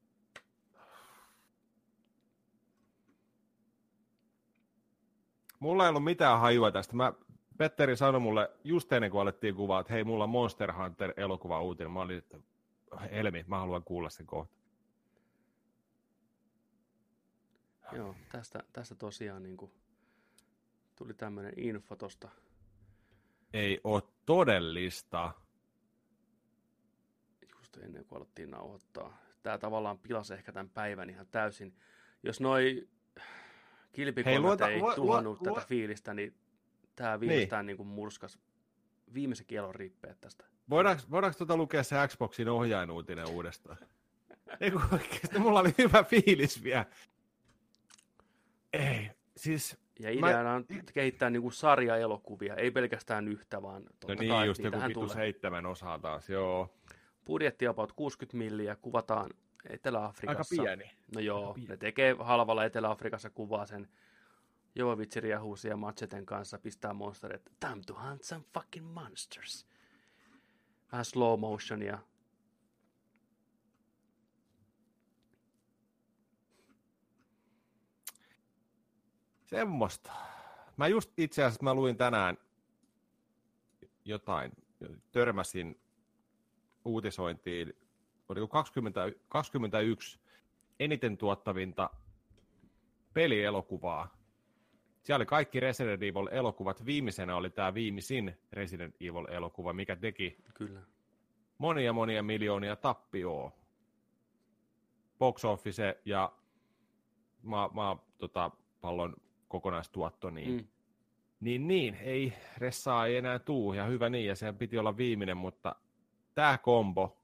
Mulla ei ollut mitään hajua tästä. Mä, Petteri sanoi mulle just ennen kuin alettiin kuvaa, että hei, mulla on Monster Hunter elokuva uutinen. Mä olin, että Helmi, mä haluan kuulla sen kohta. Joo, tästä, tästä tosiaan niin kuin, tuli tämmöinen info tosta. Ei ole todellista. Just ennen kuin alettiin nauhoittaa. Tää tavallaan pilasi ehkä tämän päivän ihan täysin. Jos noi kilpikonnat luota- ei luo- tuhannut luo- tätä fiilistä, niin tää viimeistään niin. Niin murskas viimeisen kielon rippeet tästä. Voidaanko, voidaanko tuota lukea se Xboxin ohjainuutinen uudestaan? Ei kun oikeasti, mulla oli hyvä fiilis vielä. Ei, siis... Ja ideana on kehittää niinku sarjaelokuvia, ei pelkästään yhtä, vaan totta No niin, kai just joku niitähän vittu tulee. seitsemän osaa taas, joo. Budjetti about kuusikymmentä milliä, kuvataan Etelä-Afrikassa. Aika pieni. No joo, Aika pieni. ne tekee halvalla Etelä-Afrikassa kuvaa sen Jovovitsi Riahuusi ja Macheten kanssa, pistää monsterit. Time to hunt some fucking monsters. vähän slow motionia. Semmosta. Mä just itse asiassa mä luin tänään jotain, törmäsin uutisointiin, oliko kaksikymmentä, kaksikymmentäyksi eniten tuottavinta pelielokuvaa. Siellä oli kaikki Resident Evil-elokuvat. Viimeisenä oli tämä viimeisin Resident Evil-elokuva, mikä teki Kyllä. monia monia miljoonia tappioa. Box office ja maa, maa, tota, pallon kokonaistuotto, niin, mm. niin, niin ei ressaa ei enää tuu, ja hyvä niin, ja sen piti olla viimeinen, mutta tämä kombo,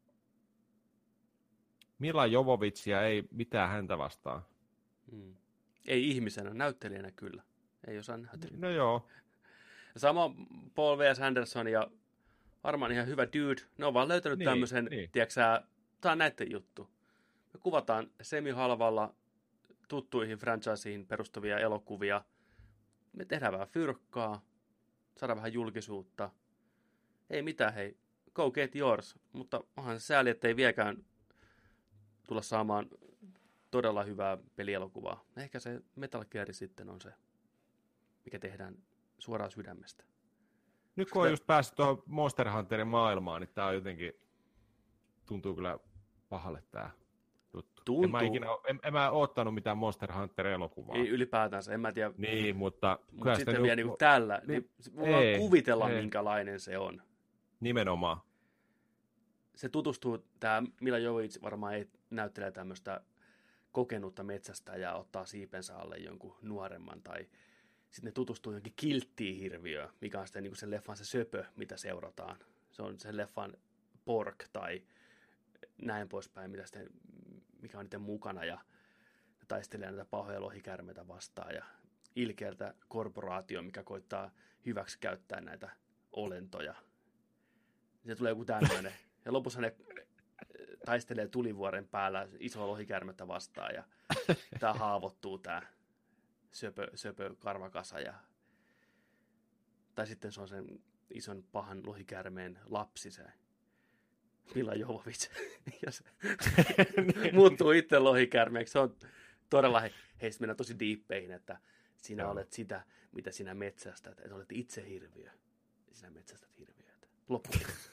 Mila Jovovicia ei mitään häntä vastaan. Mm. Ei ihmisenä, näyttelijänä kyllä. Ei osaa näytellä. No joo. Sama Paul W S. Anderson ja varmaan ihan hyvä dude. Ne on vaan löytänyt niin, tämmöisen, niin. Tiedätkö tämä on näiden juttu. Me kuvataan semi-halvalla tuttuihin franchiseihin perustuvia elokuvia. Me tehdään vähän fyrkkaa, saadaan vähän julkisuutta. Ei mitään, hei, go get yours. Mutta onhan se sääli, ettei vieläkään tulla saamaan todella hyvää pelielokuvaa. Ehkä se Metal Gear sitten on se, mikä tehdään suoraan sydämestä. Nyt kun on just päässyt tuohon Monster Hunterin maailmaan, niin tää on jotenkin, tuntuu kyllä pahalle tää juttu. Tuntuu. En mä ikinä, en, en mä oottanut mitään Monster Hunter-elokuvaa. Ei ylipäätänsä, en mä tiedä. Niin, mutta... Mutta sitten vielä niinku tällä, niin, niin voidaan ei, kuvitella, ei. minkälainen se on. Nimenomaan. Se tutustuu, tää Mila Jovovich varmaan ei näyttele tämmöistä kokenutta metsästäjää ottaa siipensä alle jonkun nuoremman, tai sitten ne tutustuu johonkin kilttiin hirviöön, mikä on sitten niin kuin sen leffan se söpö, mitä seurataan. Se on sen leffan pork tai näin poispäin, mitä sitten, mikä on niiden mukana, ja taistelee näitä pahoja lohikärmeitä vastaan, ja ilkeältä korporaatio, mikä koittaa hyväksi käyttää näitä olentoja. Se tulee joku tämmöinen, ja lopussa ne taistelee tulivuoren päällä isoa lohikärmettä vastaan, ja tää haavoittuu tää söpö, söpö karvakasa, ja tai sitten se on sen ison pahan lohikärmeen lapsi, se Mila Jovovich, ja se muuttuu itse lohikärmeeksi. Se on todella, hei, hei mennään tosi diippeihin, että sinä Joo. olet sitä, mitä sinä metsästät, että olet itse hirviö, sinä metsästät hirviöitä. Loppu.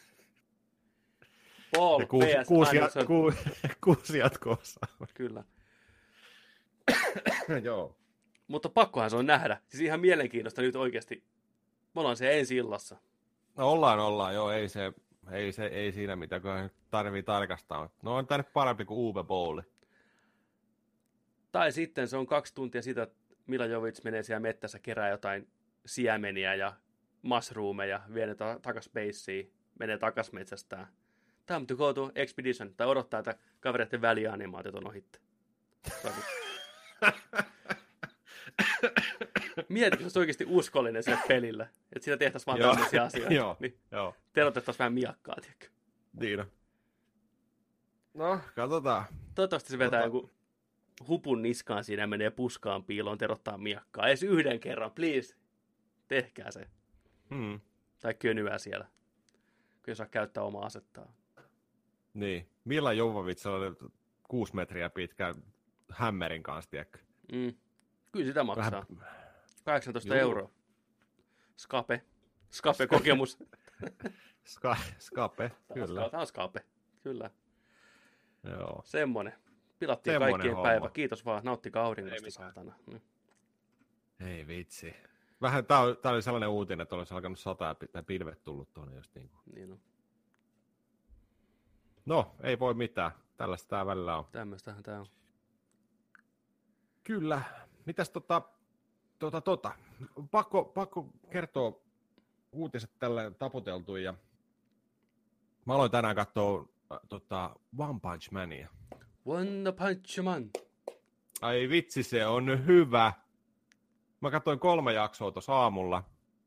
Paul kuusi, kuusi, ku, kuusi jatko-osaa. Kyllä. Joo. Mutta pakkohan se on nähdä. Siis ihan mielenkiintoista nyt oikeasti. Me ollaan siellä ensi illassa. No ollaan, ollaan. Joo, ei se, ei se, ei siinä mitään, kun tarvii tarkastaa. No on tänne parempi kuin Uwe Bowl. Tai sitten se on kaksi tuntia sitä, että Mila Jovovich menee siellä mettässä, kerää jotain siemeniä ja mushroomeja, vie ne ta- takas beissiin, menee takas metsästään. Time to go to expedition. Tai odottaa, että kavereiden välianimaatiot on ohitte. Mieti, jos olisi oikeasti uskollinen sille pelille. Että siinä tehtäisiin vaan tämmöisiä asioita. Joo, niin joo. Terotettaisiin vähän miakkaa, tiedätkö? Niin. No, katsotaan. Toivottavasti se vetää Ota. joku hupun niskaan siinä ja menee puskaan piiloon, terottaa miakkaa. Edes yhden kerran, please. Tehkää se. Hmm. Tai könyää siellä, kun ei saa käyttää omaa asettaa. Niin. Mila Jovovich oli kuusi metriä pitkä hämmerin kanssa, tiedätkö? Mm. Kyllä sitä maksaa. Vähän... kahdeksantoista Juu. euroa. Skape. Skape-kokemus. Ska... Skape, kyllä. Tämä on Skape, kyllä. Joo. Semmoinen. Pilattiin Semmonen kaikkien homma. päivä. Kiitos vaan. Nauttikaa auringosta, saatana. Mm. Ei vitsi. Vähän tää, tää oli sellainen uutinen, että olisi alkanut sataa ja pilvet tullut tuonne just niin kuin. Niin on. No, ei voi mitään. Tällaista tää välillä on. Tämmöistähän tää on. Kyllä. Mitäs tota, tota, tota. Pakko, pakko kertoa uutiset tällä taputeltu ja mä aloin tänään katsoa äh, tota, One Punch Mania. One Punch Man. Ai vitsi, se on hyvä. Mä katsoin kolme jaksoa tuossa aamulla.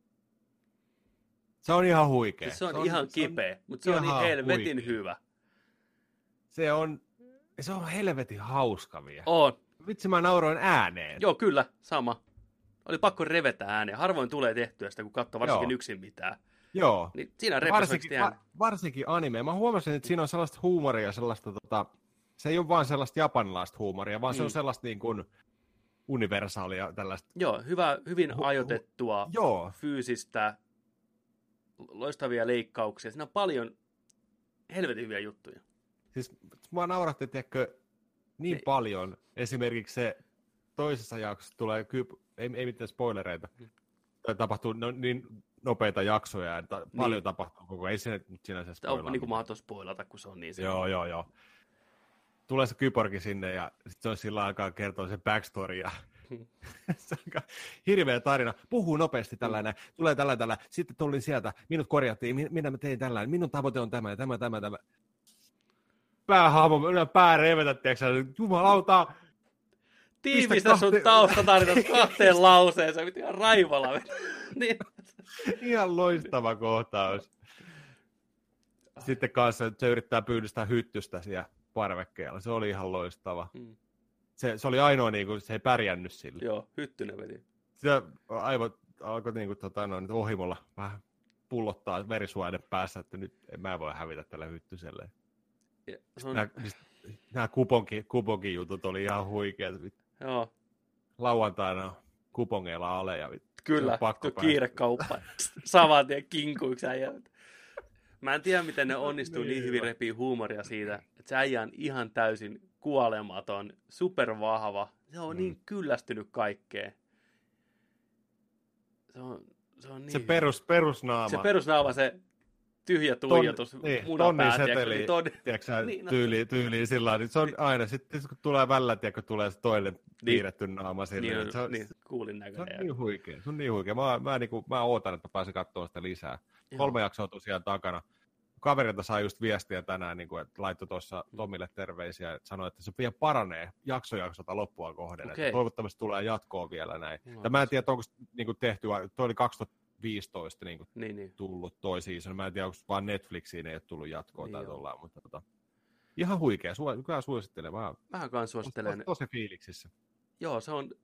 Se on ihan huikea. Se on, se on ihan kipeä, on, mutta se on niin helvetin huikea. Hyvä. Se on, se on helvetin hauska vielä. On. Vitsi, mä nauroin ääneen. Joo, kyllä, sama. Oli pakko revetä ääneen. Harvoin tulee tehtyä sitä, kun katsoo varsinkin Joo. yksin mitään. Joo. Niin siinä Ja repäs varsinkin, va, varsinkin anime. Mä huomasin, että siinä on sellaista huumoria, sellaista, tota, se ei ole vaan sellaista japanilaista huumoria, vaan mm. se on sellaista niin kuin universaalia tällaista. Joo, hyvä, hyvin hu, ajoitettua, hu, joo. fyysistä, loistavia leikkauksia. Siinä on paljon helvetin hyviä juttuja. Siis mua nauratti, tiedätkö, niin ei. paljon. Esimerkiksi se toisessa jaksossa tulee, ei, ei mitään spoilereita, hmm. tapahtuu no, niin nopeita jaksoja, että niin. paljon tapahtuu koko ajan. Ei se nyt sinänsä spoilaa. On niin kuin mahdoton spoilata, kun se on niin. Joo, joo, joo. Tulee se kyborgi sinne ja sitten se on sillä aikaa kertoo sen backstorya. Hmm. Se on hirveä tarina. Puhuu nopeasti tällainen, hmm. tulee tällainen, tällainen. Sitten tulin sieltä, minut korjattiin, minä tein tällainen, minun tavoite on tämä ja tämä, tämä, tämä. Päähahmo, minä pää revetä, tiedätkö jumalauta. Tiivistä sun kahte... taustatarinat kahteen lauseeseen, mitä ihan raivolla. Niin. Ihan loistava kohtaus. Sitten kanssa se yrittää pyydystää hyttystä siellä parvekkeella. Se oli ihan loistava. Hmm. Se, se oli ainoa, niin kuin, se ei pärjännyt sille. Joo, hyttynen veti. Sitä aivot alkoi niin kuin, tota, noin, ohimolla vähän pullottaa verisuaiden päässä, että nyt en mä voi hävitä tällä hyttyselle. Ja, on... Nämä, nämä kuponki, kuponki jutut oli ihan huikeat. Joo. Lauantaina kupongeilla aleja. Kyllä, tuo kiirekauppa. Saman tien kinkuiksi äijät. Mä en tiedä, miten ne onnistuu niin, niin hyvin repii huumoria siitä, että se äijä on ihan täysin kuolematon, supervahva. Se on mm. niin kyllästynyt kaikkeen. Se on, se on niin se perus, perusnaama. Se perusnaama, se tyhjä tuijotus, Ton, niin, munapäät. Tonnin seteli, ton... tiedätkö niin, no. tyyliin, tyyliin sillä niin se on aina, sitten kun tulee välillä, tiedätkö, tulee se toinen niin, piirretty naama sinne. Niin, se on, niin, kuulin näköinen. Se on niin huikea, se on niin huikea. Mä, mä, niin kuin, mä ootan, että pääsen katsomaan sitä lisää. Joo. Kolme jaksoa tosiaan takana. Kaverilta sai just viestiä tänään, niin kuin, että laittoi tuossa Tomille terveisiä, että sanoi, että se vielä paranee jakso jaksolta loppua kohden. Okay. Että toivottavasti tulee jatkoa vielä näin. No, mä en tiedä, onko niin kuin tehty, toi oli kaksituhattaviisitoista niin kuin niin, niin. tullut toi season. Mä en tiedä, onko vaan Netflixiin ei ole tullut jatkoa niin tai tollaan, mutta tota, ihan huikea. Su- kyllä suosittelen. Mä, mä kans suosittelen. Tosi fiiliksissä. Joo, se on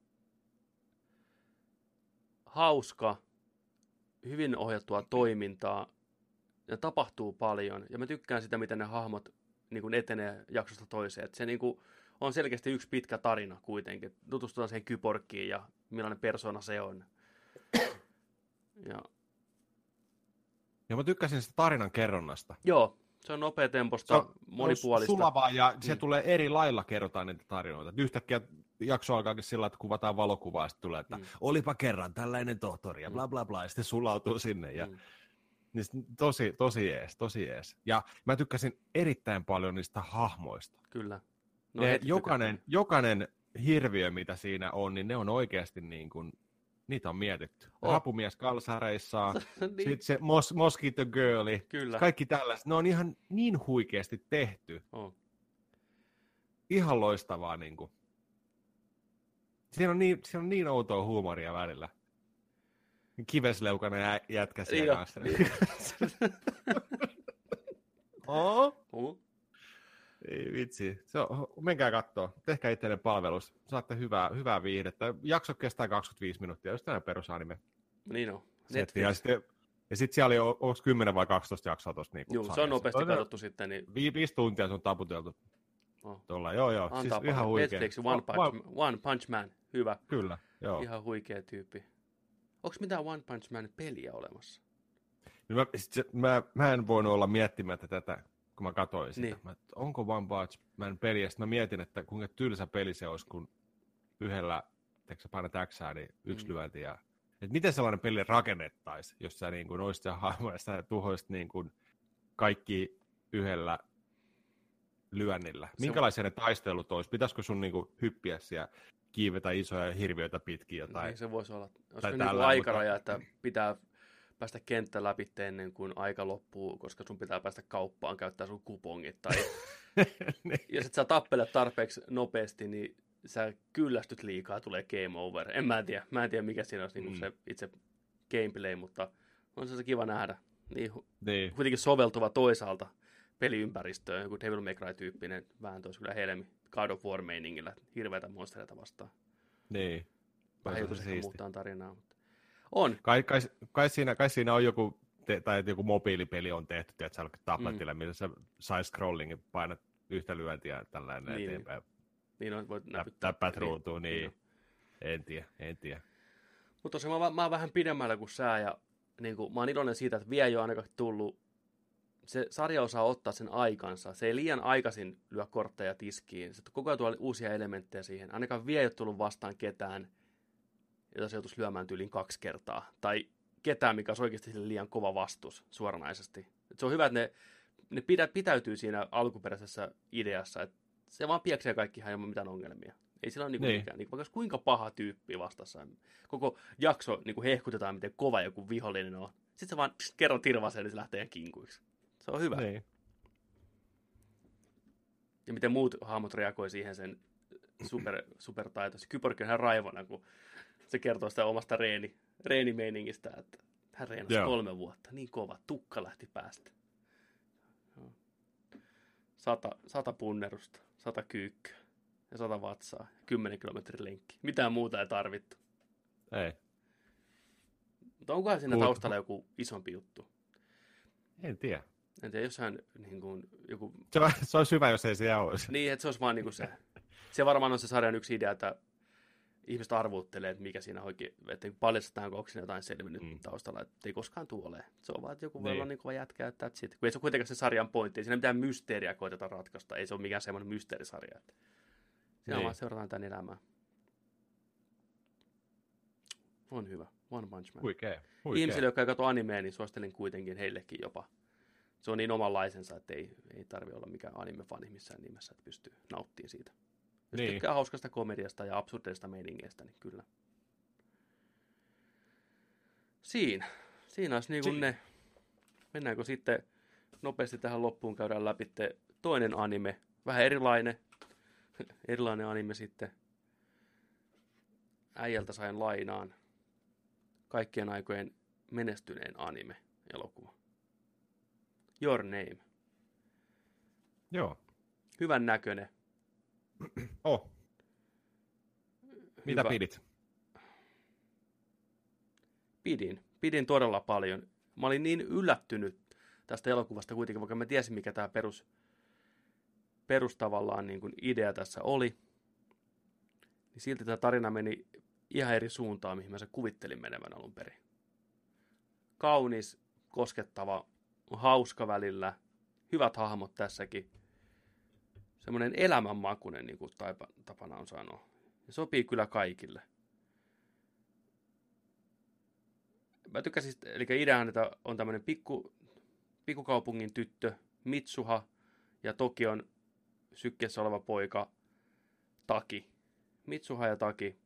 hauska, hyvin ohjattua toimintaa. Ja tapahtuu paljon, ja mä tykkään sitä, miten ne hahmot niin kuin etenee jaksosta toiseen. Et se niin kuin, on selkeästi yksi pitkä tarina kuitenkin. Tutustutaan siihen kyborgiin ja millainen persona se on. Ja, ja mä tykkäsin sitä tarinan kerronnasta. Joo, se on nopeatempoista, se on, monipuolista. Se on sulavaa, ja mm. se tulee eri lailla kerrotaan niitä tarinoita. Yhtäkkiä jakso alkaakin sillä, että kuvataan valokuvaa, ja sitten tulee, että mm. olipa kerran tällainen tohtori, ja bla bla bla, ja sitten sulautuu sinne, ja mm. Niin tosi, tosi jees, tosi jees. Ja mä tykkäsin erittäin paljon niistä hahmoista. Kyllä. No, jokainen, jokainen hirviö, mitä siinä on, niin ne on oikeasti niin kuin, niitä on mietitty. Oh. Rapumies kalsareissaan, niin. Sitten se mos, Mosquito Girli, Kyllä. Kaikki tällaiset. Ne on ihan niin huikeasti tehty. Oh. Ihan loistavaa. Niin kuin. Siinä, on niin, siinä on niin outoa huumoria välillä. Kivesleukainen jätkä siellä kanssa. oh? Uh. Ei vitsi. Se on, menkää kattoo. Tehkää itselle palvelus. Saatte hyvää, hyvää viihdettä. Jakso kestää kaksikymmentäviisi minuuttia, jos tämä perusanime. Niin on. Ja sitten ja sit siellä oli, onko kymmenen vai kaksitoista jaksoa tuosta? Niin joo, se on nopeasti Toinen, katsottu sitten. Niin... Vi, viisi tuntia se on taputeltu. Oh. Tuolla, joo, joo. Antaa siis ihan huikea. Netflix, One Punch, One Punch Man. Hyvä. Kyllä, joo. Ihan huikea tyyppi. Onko mitään One Punch Man peliä olemassa? No mä, se, mä, mä en voinut olla miettimättä tätä, kun mä katsoin sitä. Niin. Mä, onko One Punch Man peli? Ja sitten mä mietin, että kuinka tylsä peli se olisi, kun yhdellä, teekö sä painat Xää, niin yksi mm. lyönti. Ja, että miten sellainen peli rakennettaisiin, jos sä niin kuin olisit se hahmo ja sä tuhoisit niin kuin kaikki yhdellä lyönnillä. Minkälaisia ne taistelut olisi? Pitäisikö sun niin kuin hyppiä siellä? Kiivetä isoja hirviöitä pitkin jotain. Niin se voisi olla. Olisiko niin kuin aikaraja, mutta... että pitää päästä kenttä läpi ennen kuin aika loppuu, koska sun pitää päästä kauppaan, käyttää sun kupongit. Tai... jos et sä tappele tarpeeksi nopeasti, niin sä kyllästyt liikaa, tulee game over. En mä tiedä, mä en tiedä mikä siinä olisi mm. niin se itse gameplay, mutta on se kiva nähdä. Niin, niin. Kuitenkin soveltuva toisaalta peliympäristöön, joku Devil May Cry-tyyppinen vääntö olisi kyllä helmi. God of War-meiningillä, hirveätä monstereita vastaan. Niin. Vähän joutuisi ehkä muuttaa tarinaa. Mutta... On. Kai, kai, kai, siinä, kai siinä on joku te, tai joku mobiilipeli on tehty, tiedätkö, tabletille, Mm. millä sä side-scrollingin painat yhtä lyöntiä ja tällainen Niin. eteenpäin. Niin on, voit Täp- näpyttää. Täppäät ruutuun, niin, Niin. en tiedä, en tiedä. Mutta tosiaan mä, mä oon vähän pidemmällä kuin sä, ja niin kuin, mä oon iloinen siitä, että vielä ei ole ainakaan tullut. Se sarja osaa ottaa sen aikansa. Se ei liian aikaisin lyö kortteja tiskiin. Se koko ajan tuo uusia elementtejä siihen. Ainakaan vielä ei ole tullut vastaan ketään, jota se joutuisi lyömään tyyliin kaksi kertaa. Tai ketään, mikä on oikeasti sille liian kova vastus suoranaisesti. Et se on hyvä, että ne, ne pidä, pitäytyy siinä alkuperäisessä ideassa. Että se vaan pieksee kaikki ihan ilman mitään ongelmia. Ei sillä ole niinku Niin. mikään, niinku, vaikka kuinka paha tyyppi vastassa. Koko jakso niinku hehkutetaan, miten kova joku vihollinen on. Sitten se vaan tss, kerran tirvasee, niin se lähtee ihan kinkuiksi. Se on hyvä. Niin. Ja miten muut hahmot reagoi siihen sen super, supertaitoisi. Kyborg on ihan raivona, kun se kertoo sitä omasta reeni, reenimeiningistä, että hän reenasi Joo. kolme vuotta. Niin kova, tukka lähti päästä. Joo. Sata, sata punnerusta, sata kyykkyä ja sata vatsaa, kymmenen kilometrin lenkki. Mitään muuta ei tarvittu. Ei. Mutta onkohan siinä Mut- taustalla joku isompi juttu? En tiedä. En tiedä, jossain niin kuin, joku... Se, on- se olisi hyvä, jos ei se olisi. Niin, että se olisi vaan niin kuin se... Se varmaan on se sarjan yksi idea, että ihmiset arvuuttelee, että mikä siinä oikein... Että paljastetaan, onko siinä jotain selvinnyt Mm. mm. taustalla, että ei koskaan tule olemaan. Se on vaan, että joku voi Niin. olla niin kova jätkä, että that's it. Kun ei se ole kuitenkaan se sarjan pointti. Ei siinä mitään mysteeriä koeteta ratkaista. Ei se ole mikään semmoinen mysteerisarja. Että siinä Niin. vaan seurataan tämän elämää. On hyvä. One Punch Man. Huikea. Huikea. Ihmisille, jotka ei katso animea, niin suosittelen kuitenkin heillekin jopa. Se on niin omanlaisensa, että ei, ei tarvitse olla mikään anime-fani missään nimessä, että pystyy nauttimaan siitä. Jos Niin. tykkää hauskasta komediasta ja absurdeista meiningeistä, niin kyllä. Siinä. Siinä olisi niin kuin Si- ne. Mennäänkö sitten nopeasti tähän loppuun, käydään läpi toinen anime. Vähän erilainen. erilainen anime sitten. Äijältä sain lainaan kaikkien aikojen menestyneen anime-elokuva. Your Name. Joo. Hyvän näköinen. Oh. Mitä Hyvä. pidit? Pidin. Pidin todella paljon. Mä olin niin yllättynyt tästä elokuvasta kuitenkin, vaikka mä tiesin, mikä tämä perus, perus tavallaan niin kuin idea tässä oli. Niin silti tämä tarina meni ihan eri suuntaan, mihin mä sen kuvittelin menevän alun perin. Kaunis, koskettava, hauska välillä. Hyvät hahmot tässäkin. Semmoinen elämänmakuinen, niin kuin taipa, tapana on sanoa. Ja sopii kyllä kaikille. Mä tykkäsin, eli ideahan, että on tämmöinen pikku, pikkukaupungin tyttö, Mitsuha, ja Tokion sykkeessä oleva poika, Taki. Mitsuha ja Taki.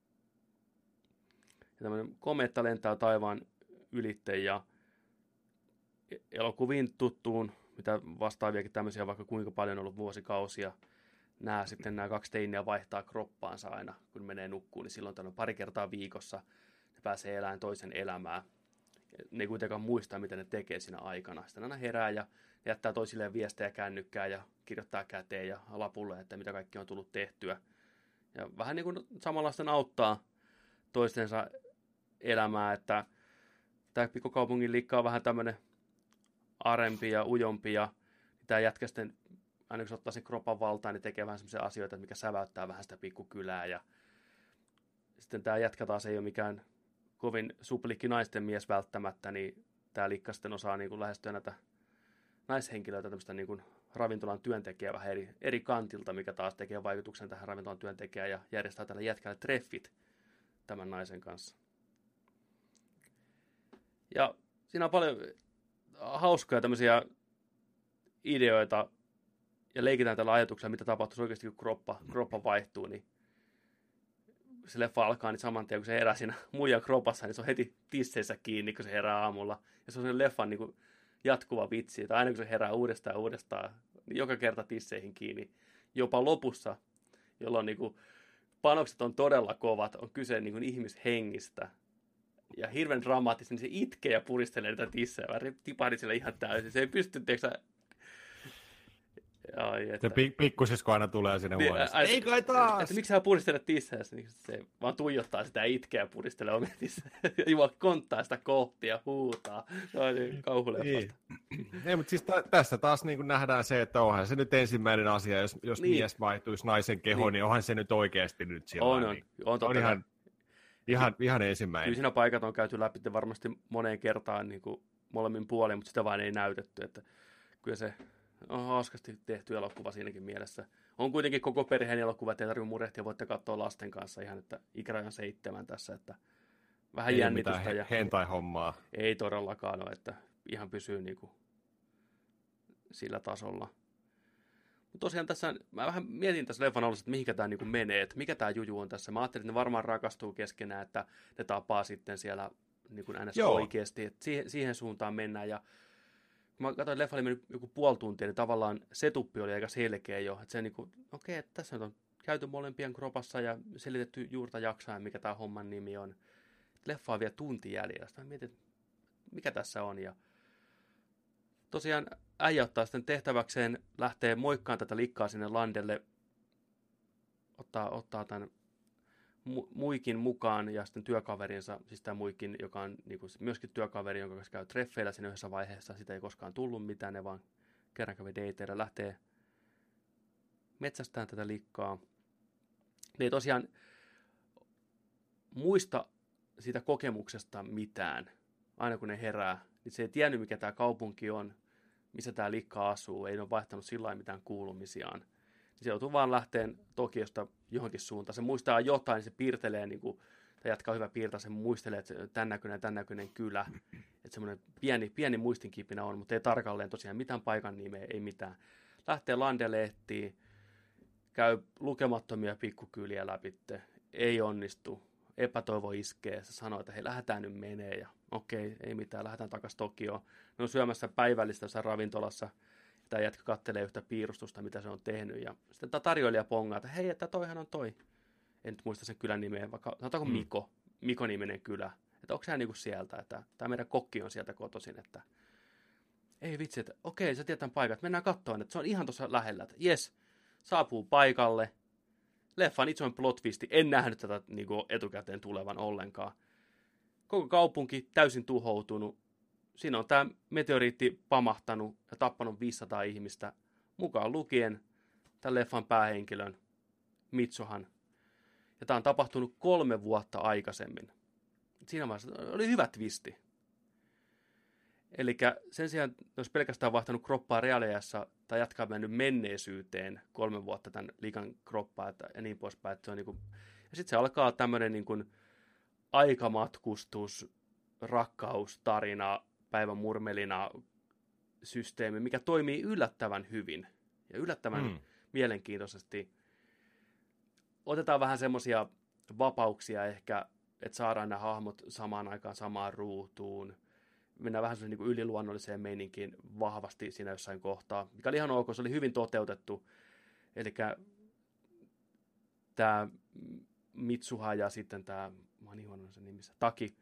Ja tämmöinen kometta lentää taivaan ylitte, ja elokuviin tuttuun, mitä vastaaviakin tämmöisiä vaikka kuinka paljon on ollut vuosikausia, nämä sitten nämä kaksi teiniä vaihtaa kroppaansa aina, kun menee nukkuun, niin silloin tällöin pari kertaa viikossa ne pääsee elämään toisen elämää. Ne ei kuitenkaan muista, mitä ne tekee siinä aikana. Sitten aina herää ja jättää toisilleen viestejä kännykkää ja kirjoittaa käteen ja lapulle, että mitä kaikki on tullut tehtyä. Ja vähän niin kuin samalla sitten auttaa toistensa elämää, että tämä pikkukaupungin liikka on vähän tämmöinen arempi ja ujompi ja tämä jätkä sitten, aina kun se ottaa sen kropan valtaan, niin tekee vähän semmoisia asioita, mikä säväyttää vähän sitä pikkukylää. Ja sitten tämä jätkä taas ei ole mikään kovin suplikki naisten mies välttämättä, niin tämä liikka sitten osaa niin kuin lähestyä näitä naishenkilöitä, tämmöistä niin kuin ravintolan työntekijää vähän eri, eri kantilta, mikä taas tekee vaikutuksen tähän ravintolan työntekijään ja järjestää tälle jätkälle treffit tämän naisen kanssa. Ja siinä on paljon hauskoja tämmöisiä ideoita ja leikitään tällä ajatuksella, mitä tapahtuisi oikeasti, kun kroppa, kroppa vaihtuu, niin se leffa alkaa, niin saman tien, kun se herää siinä muijan kropassa, niin se on heti tisseissä kiinni, kun se herää aamulla. Ja se on sen leffan niin kuin jatkuva vitsi, että aina kun se herää uudestaan ja uudestaan, niin joka kerta tisseihin kiinni. Jopa lopussa, jolloin niin kuin panokset on todella kovat, on kyse niin kuin ihmishengistä. Ja hirveän dramaattista, niin se itkee ja puristelee niitä tissejä. Mä tipahdin sille ihan täysin. Se ei pysty, tiiäksä, Ai, Se että... pi- pikkusisko aina tulee sinne Niin, huoneeseen. ai- Ei kai taas! Että miksi hän pudistelee tissejänsä, niin se vaan tuijottaa sitä itkeä ja pudistelee omia tissejä. Juo konttaa sitä kohti ja huutaa. Se on niin kauhuleffasta. Niin. Ei, mutta siis ta- tässä taas niin nähdään se, että onhan se nyt ensimmäinen asia, jos, jos Niin. mies vaihtuisi naisen kehoon, niin. niin onhan se nyt oikeasti nyt sillä On, on. niin. On, on ihan, ihan, ihan ensimmäinen. Kyllä siinä paikat on käyty läpi varmasti moneen kertaan niin kuin molemmin puolin, mutta sitä vain ei näytetty. Että kyllä se on hauskasti tehty elokuva siinäkin mielessä. On kuitenkin koko perheen elokuva, ettei tarvitse murehtia, voitte katsoa lasten kanssa ihan, että ikärajan seitsemän tässä, että vähän ei jännitystä. Ei ja hentai-hommaa. Ei todellakaan ole, että ihan pysyy niin kuin sillä tasolla. Mutta tosiaan tässä, mä vähän mietin tässä leffan alussa, että mihinkä tämä niin kuin menee, että mikä tämä juju on tässä. Mä ajattelin, että ne varmaan rakastuu keskenään, että ne tapaa sitten siellä niin kuin ns. Oikeasti, että siihen, siihen suuntaan mennään. Ja kun mä katsoin, että leffa oli mennyt joku puoli tuntia, niin tavallaan setuppi oli aika selkeä jo. Että se niin kuin, okei, että tässä nyt on käyty molempien kropassa ja selitetty juurta jaksain, mikä tämä homman nimi on. Leffa on vielä tunti jäljellä. Sitten mä mietin, että mikä tässä on. Ja tosiaan äijä ottaa sitten tehtäväkseen, lähtee moikkaan tätä likkaa sinne landelle, ottaa, ottaa tämän mu- muikin mukaan ja sitten työkaverinsa, siis tämä muikin, joka on niin kuin myöskin työkaveri, jonka kanssa käy treffeillä siinä yhdessä vaiheessa, sitä ei koskaan tullut mitään, ne vaan kerran kävi dateilla, lähtee metsästään tätä likkaa. Ne ei tosiaan muista siitä kokemuksesta mitään, aina kun ne herää, niin se ei tiennyt, mikä tämä kaupunki on, missä tämä likka asuu, ei ole vaihtanut sillä lailla mitään kuulumisiaan. Se joutuu vaan lähteen Tokiosta johonkin suuntaan. Se muistaa jotain, niin se piirtelee, niin kuin, tai jatkaa hyvä piirtää, se muistelee, että se tämän näköinen, tämän näköinen kylä. Että semmoinen pieni, pieni muistinkipinä on, mutta ei tarkalleen tosiaan mitään paikan nimeä, ei mitään. Lähtee landelehtiin, käy lukemattomia pikkukyliä läpitte, ei onnistu, epätoivo iskee, se sanoo, että hei, lähdetään nyt menee, ja okei, ei mitään, lähdetään takaisin Tokioon. Ne on syömässä päivällistä jossain ravintolassa, ja tämä jätkä kattelee yhtä piirustusta, mitä se on tehnyt, ja sitten tämä tarjoilija pongaa, että hei, että toihan on toi. En nyt muista sen kylän nimeä, vaikka sanotaanko hmm. Miko, Miko-niminen kylä, että onko se niinku sieltä, että tämä meidän kokki on sieltä kotoisin, että ei vitsi, että okei, sä tiedät tämän paikan, että mennään katsomaan, että se on ihan tuossa lähellä, että jes, saapuu paikalle. Leffan isoin plot twisti, en nähnyt tätä niin kuin etukäteen tulevan ollenkaan. Koko kaupunki täysin tuhoutunut. Siinä on tämä meteoriitti pamahtanut ja tappanut viisisataa ihmistä, mukaan lukien tämän leffan päähenkilön Mitsuhan. Ja tämä on tapahtunut kolme vuotta aikaisemmin. Siinä vaiheessa oli hyvä twisti. Eli sen sijaan, jos pelkästään vaihtanut kroppaa reaaliajassa tai jatkaa mennyt menneisyyteen kolme vuotta tämän liikan kroppaa että, ja niin poispäin. Että se on niin kuin, ja sitten se alkaa tämmöinen niin kuin aikamatkustus, rakkaustarina, päivän murmelina systeemi, mikä toimii yllättävän hyvin ja yllättävän mm. mielenkiintoisesti. Otetaan vähän semmoisia vapauksia ehkä, että saadaan nämä hahmot samaan aikaan samaan ruutuun. Mennään vähän semmoisen niin yliluonnolliseen meininkiin vahvasti siinä jossain kohtaa, mikä oli ihan ok, se oli hyvin toteutettu. Eli tämä Mitsuha ja sitten tämä, mä oon niin huono sen nimissä, Taki.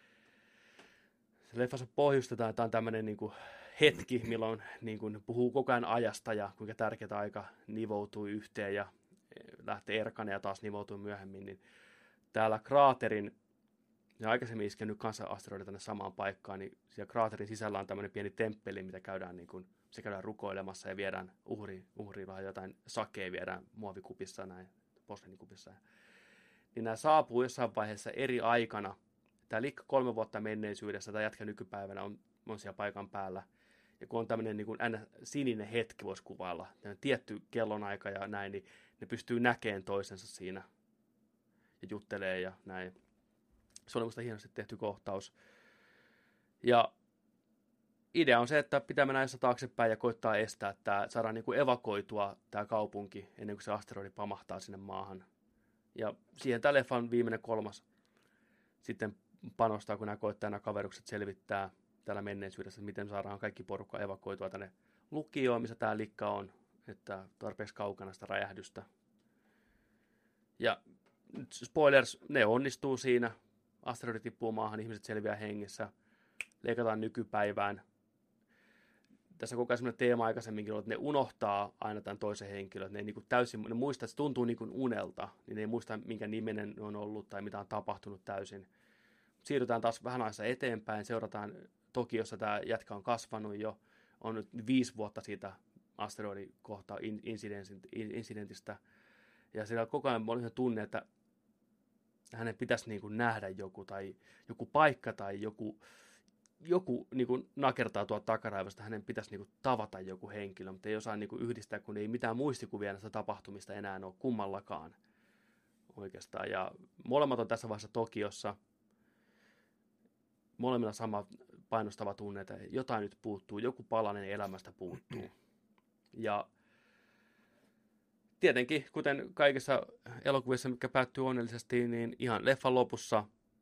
Se leffassa pohjustetaan, että tämä on tämmöinen niin kuin hetki, milloin niin kuin puhuu koko ajan ajasta ja kuinka tärkeä aika nivoutuu yhteen ja lähtee erkane ja taas nivoutuu myöhemmin. Niin täällä kraaterin, ja aikaisemmin iskenyt kanssa asteroidi tänne samaan paikkaan, niin siellä kraaterin sisällä on tämmöinen pieni temppeli, mitä käydään, niin kuin, se käydään rukoilemassa ja viedään uhri, uhriin vähän jotain sakea, viedään muovikupissa näin, posliinikupissa. Niin nämä saapuu jossain vaiheessa eri aikana. Tämä likka kolme vuotta menneisyydessä, tämä jätkä nykypäivänä on, on siellä paikan päällä. Ja kun on tämmöinen niin kuin sininen hetki, voisi kuvailla, tietty kellonaika ja näin, niin ne pystyy näkemään toisensa siinä ja juttelee ja näin. Se oli musta hienosti tehty kohtaus. Ja idea on se, että pitää mennä ajassa taaksepäin ja koittaa estää, että saadaan niin kuin evakoitua tämä kaupunki ennen kuin se asteroidi pamahtaa sinne maahan. Ja siihen tämä leffan viimeinen kolmas sitten panostaa, kun nämä koittaa nämä kaverukset selvittää täällä menneisyydessä, että miten saadaan kaikki porukka evakoitua tänne lukioon, missä tämä likka on, että tarpeeksi kaukana sitä räjähdystä. Ja spoilers, ne onnistuu siinä. Asteroidi tippuu maahan, ihmiset selviää hengissä. Leikataan nykypäivään. tässä koko ajan sellainen teema aikaisemminkin ollut, että ne unohtaa aina tämän toisen henkilön, että ne ei niin kuin täysin, ne muistaa, että se tuntuu niin kuin unelta, niin ne ei muista, minkä nimenen on ollut tai mitä on tapahtunut täysin. Siirrytään taas vähän ajassa eteenpäin, seurataan Tokiossa tämä jätkä on kasvanut jo, on nyt viisi vuotta siitä asteroidikohta incidentistä, ja siellä koko ajan oli se tunne, että hänen pitäisi niin kuin nähdä joku, tai joku paikka, tai joku, joku niin kuin nakertaa tuolta takaraivosta, hänen pitäisi niin kuin tavata joku henkilö, mutta ei osaa niin kuin yhdistää, kun ei mitään muistikuvia näistä tapahtumista enää ole kummallakaan oikeastaan. Ja molemmat on tässä vaiheessa Tokiossa, molemmilla sama painostava tunne, että jotain nyt puuttuu, joku palanen elämästä puuttuu. Ja tietenkin, kuten kaikissa elokuvissa, mitkä päättyy onnellisesti, niin ihan leffan lopussa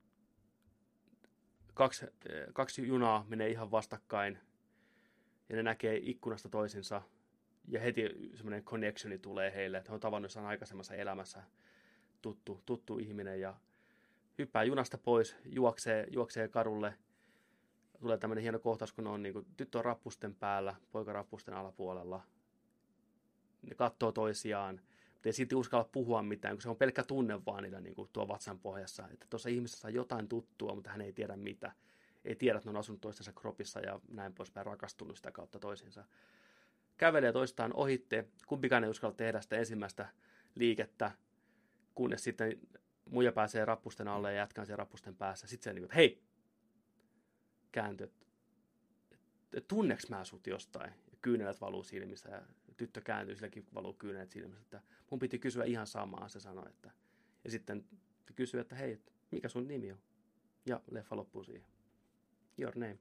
kaksi, kaksi junaa menee ihan vastakkain ja ne näkee ikkunasta toisinsa ja heti semmoinen connectioni tulee heille, että he on tavannut jossain aikaisemmassa elämässä tuttu, tuttu ihminen ja hyppää junasta pois, juoksee, juoksee kadulle. Tulee tämmöinen hieno kohtaus, kun on niin kuin, tyttö on rappusten päällä, poika rappusten alapuolella. Ne katsoo toisiaan, mutta ei silti uskalla puhua mitään, kun se on pelkkä tunne vaan niillä niin kuin tuo vatsan pohjassa. Että tuossa ihmisessä on jotain tuttua, mutta hän ei tiedä mitä. Ei tiedä, että ne on asunut toistensa kropissa ja näin poispäin rakastunut sitä kautta toisiinsa. Kävelee toistaan ohitte, kumpikaan ei uskalla tehdä sitä ensimmäistä liikettä, kunnes sitten muija pääsee rappusten alle ja jatkaa siellä rappusten päässä. Sitten se niin kuin, että hei, kääntyy, että et, tunneks mä sut jostain? Ja kyynelät valuu silmissä ja tyttö kääntyy, silläkin valuu kyynelät silmissä, että mun piti kysyä ihan samaa, se sanoi. Että, ja sitten kysyy, että hei, mikä sun nimi on? Ja leffa loppuu siihen. Your name.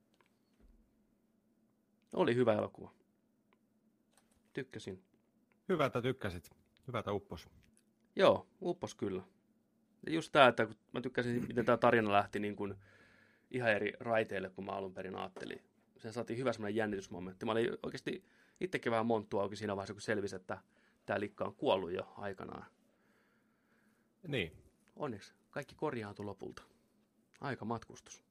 Oli hyvä elokuva. Tykkäsin. Hyvältä tykkäsit. Hyvältä uppos. Joo, uppos kyllä. Ja just tää, että kun mä tykkäsin, miten tää tarina lähti niin kuin ihan eri raiteille, kun mä alun perin ajattelin. Sen saatiin hyvä semmoinen jännitysmomentti. Mä olin oikeasti itsekin vähän monttua auki siinä vaiheessa, kun selvisi, että tää likka on kuollut jo aikanaan. Niin. Onneksi kaikki korjaantui lopulta. Aika matkustus.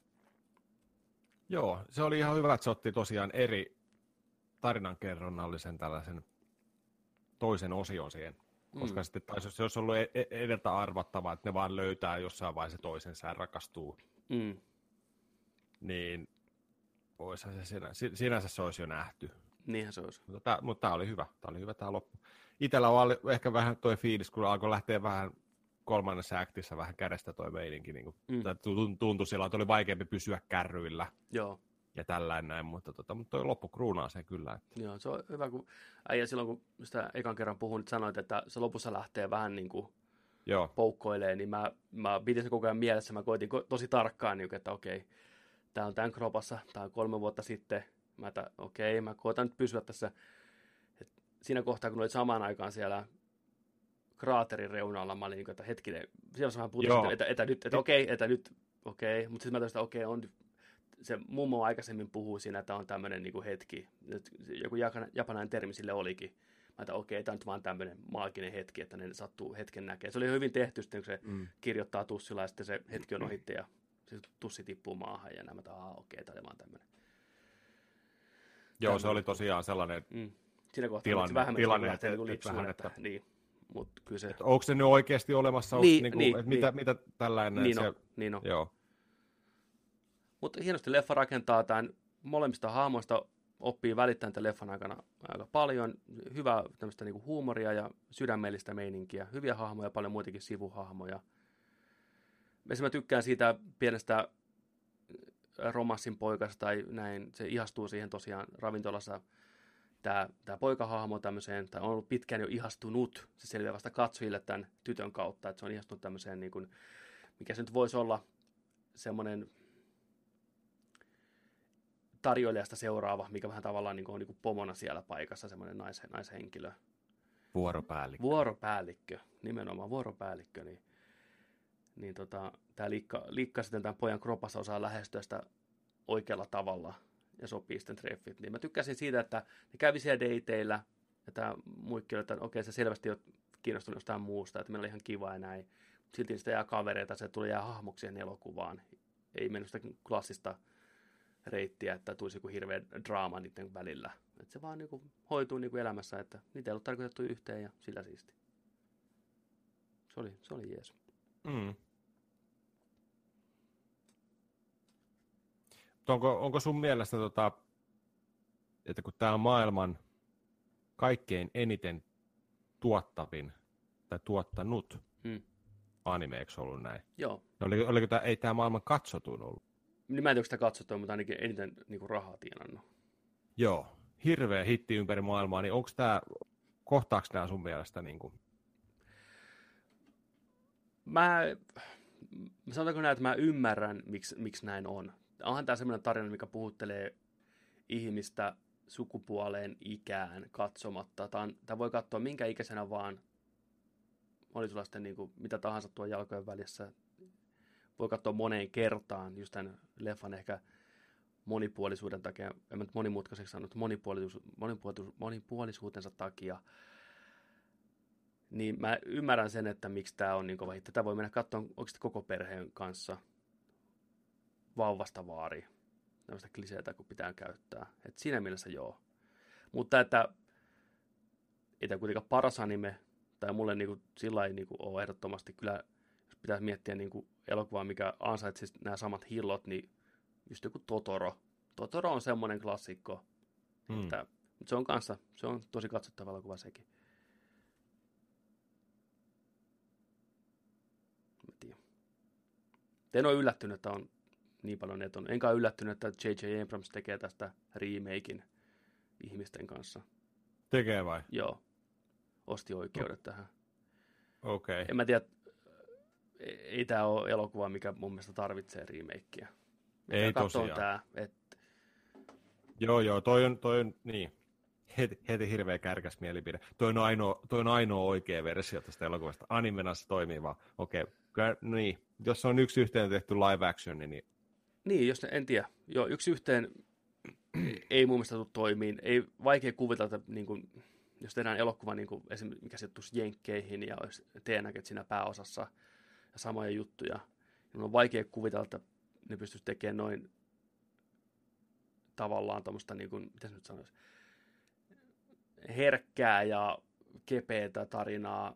Joo, se oli ihan hyvä, että se otti tosiaan eri tarinankerronnallisen tällaisen toisen osion siihen. Koska mm. sitten taisi, jos se olisi ollut edeltä arvattavaa, että ne vaan löytää jossain vaiheessa toisensa ja rakastuu, mm. niin voisihan se sinä, sinänsä se olisi jo nähty. Niinhän se olisi. Mutta tämä, mutta tämä oli hyvä. Tämä oli hyvä tämä loppu. Itellä on ehkä vähän toi fiilis, kun alkoi lähteä vähän kolmannessa aktissa vähän kädestä toi meininki. Niin kuin, mm. tuntui sillä, että oli vaikeampi pysyä kärryillä. Joo. Ja tällainen näin, mutta, tota, mutta toi loppu kruunaa sen kyllä. Että. Joo, se on hyvä, kun äijä silloin, kun sitä ekan kerran puhun, että sanoit, että se lopussa lähtee vähän niin kuin Joo. poukkoilee, niin mä, mä pidin sen koko ajan mielessä. Mä koitin tosi tarkkaan, niin, että okei, tää on tämän kropassa, tää on kolme vuotta sitten. Mä että okei, mä koitan nyt pysyä tässä. Et siinä kohtaa, kun olit samaan aikaan siellä kraaterin reunalla, mä olin niin kuin, että hetkinen, siellä vähän puhutaan, että, että, nyt, että okei, että nyt, okei, mutta sitten mä toisin, että okei, on se mummo aikaisemmin puhuu siinä, että on tämmöinen niin kuin hetki. Nyt joku japanainen termi sille olikin. Mä että okei, tämä on nyt vaan tämmöinen maaginen hetki, että ne sattuu hetken näkee. Se oli hyvin tehty sitten, kun se mm. kirjoittaa tussilla ja sitten se hetki on ohitte ja se tussi tippuu maahan ja nämä, että aah, okei, tämä oli vaan tämmöinen. Joo, tämmöinen. Se oli tosiaan sellainen mm. Siinä kohtaa tilanne, vähän tilanne että, että, lipsuun, että, että, niin. Mut kyllä se. Onko se nyt oikeasti olemassa? Niin, niin, niin, että niin. Mitä, mitä tällainen? Niin se, on, niin on. Joo. Mutta hienosti leffa rakentaa tämän molemmista hahmoista, oppii välittämään tämän leffan aikana aika paljon. Hyvää tämmöistä niinku huumoria ja sydämellistä meininkiä. Hyviä hahmoja ja paljon muitakin sivuhahmoja. Esimerkiksi mä tykkään siitä pienestä romanssin poikasta tai näin. Se ihastuu siihen tosiaan ravintolassa. Tämä, tämä poikahahmo tämmöiseen, tai on ollut pitkään jo ihastunut. Se selviää vasta katsojille tämän tytön kautta, että se on ihastunut tämmöiseen, niin kuin, mikä se nyt voisi olla semmoinen tarjoilijasta seuraava, mikä vähän tavallaan niin kuin on niin kuin pomona siellä paikassa, semmoinen nais, naishenkilö. Vuoropäällikkö. Vuoropäällikkö, nimenomaan vuoropäällikkö. Niin, niin tota, tämä liikka, liikka sitten tämän pojan kropassa osaa lähestyä sitä oikealla tavalla ja sopii sitten treffit. Niin mä tykkäsin siitä, että ne kävi siellä dateilla ja tämä muikki oli, että okei, se selvästi on kiinnostunut jostain muusta, että meillä oli ihan kiva ja näin. Silti sitä jää kavereita, se tuli jää hahmoksi siihen elokuvaan. Ei mennyt sitä klassista reittiä, että tulisi joku hirveä draama niiden välillä. Että se vaan niinku hoituu niinku elämässä, että niitä ei ollut tarkoitettu yhteen ja sillä siisti. Se oli, se oli jees. Mm. Onko, onko sun mielestä, tota, että kun tämä on maailman kaikkein eniten tuottavin tai tuottanut Hmm. anime, eikö ollut näin? Joo. Oliko, oliko tämä, ei tämä maailman katsotuin ollut? Niin mä en tiedä, onko sitä katsottu, mutta ainakin eniten niinku rahaa tienannut. Joo, hirveä hitti ympäri maailmaa, niin onko tämä, kohtaako nämä sun mielestä niin kuin? Mä, sanotaanko näin, että mä ymmärrän, miksi, miksi näin on. Onhan tämä sellainen tarina, mikä puhuttelee ihmistä sukupuoleen, ikään katsomatta. Tämä, on, tämä voi katsoa minkä ikäisenä vaan. Oli sulla sitten niin kuin, mitä tahansa tuo jalkojen välissä. Voi katsoa moneen kertaan, just tämän leffan ehkä monipuolisuuden takia, en mä nyt monimutkaiseksi sanonut, monipuolisuus, monipuolisuus, monipuolisuutensa takia. Niin mä ymmärrän sen, että miksi tämä on niin kova hitti. Tätä voi mennä katsomaan oikeasti koko perheen kanssa vauvasta vaariin. Tällaista kliseitä, kun pitää käyttää. Et siinä mielessä joo. Mutta että ei tämä kuitenkaan paras anime, tai mulle niinku sillä ei niinku ole ehdottomasti. Kyllä, jos pitäisi miettiä niinku elokuvaa, mikä ansaitsisi nämä samat hillot, niin just joku Totoro. Totoro on semmoinen klassikko. Hmm. Että, mutta se on kanssa, se on tosi katsottava elokuva sekin. En ole yllättynyt, että on niin paljon neton. Enkä ole yllättynyt, että J J Abrams tekee tästä remakein ihmisten kanssa. Tekee vai? Joo. Osti oikeudet no. tähän. Okei. Okay. En mä tiedä, ei, ei tämä ole elokuva, mikä mun mielestä tarvitsee remakeä. Ei tosiaan. Tää, et... Joo, joo, toi on, toi on niin. Heti, heti hirveä kärkäs mielipide. Toi on, ainoa, toi on ainoa oikea versio tästä elokuvasta. Animena se toimii vaan. Okei, okay. niin. Jos on yksi yhteen tehty live action, niin... Niin, jos ne, en tiedä. Joo, yksi yhteen ei mun mielestä tule toimiin. Ei vaikea kuvitella, että niin kuin, jos tehdään elokuva, niin kuin, esimerkiksi mikä sijoittuisi Jenkkeihin ja olisi teenäket siinä pääosassa ja samoja juttuja, niin on vaikea kuvitella, että ne pystyisi tekemään noin tavallaan tuommoista, niin kuin, mitä se nyt sanoisi, herkkää ja kepeätä tarinaa,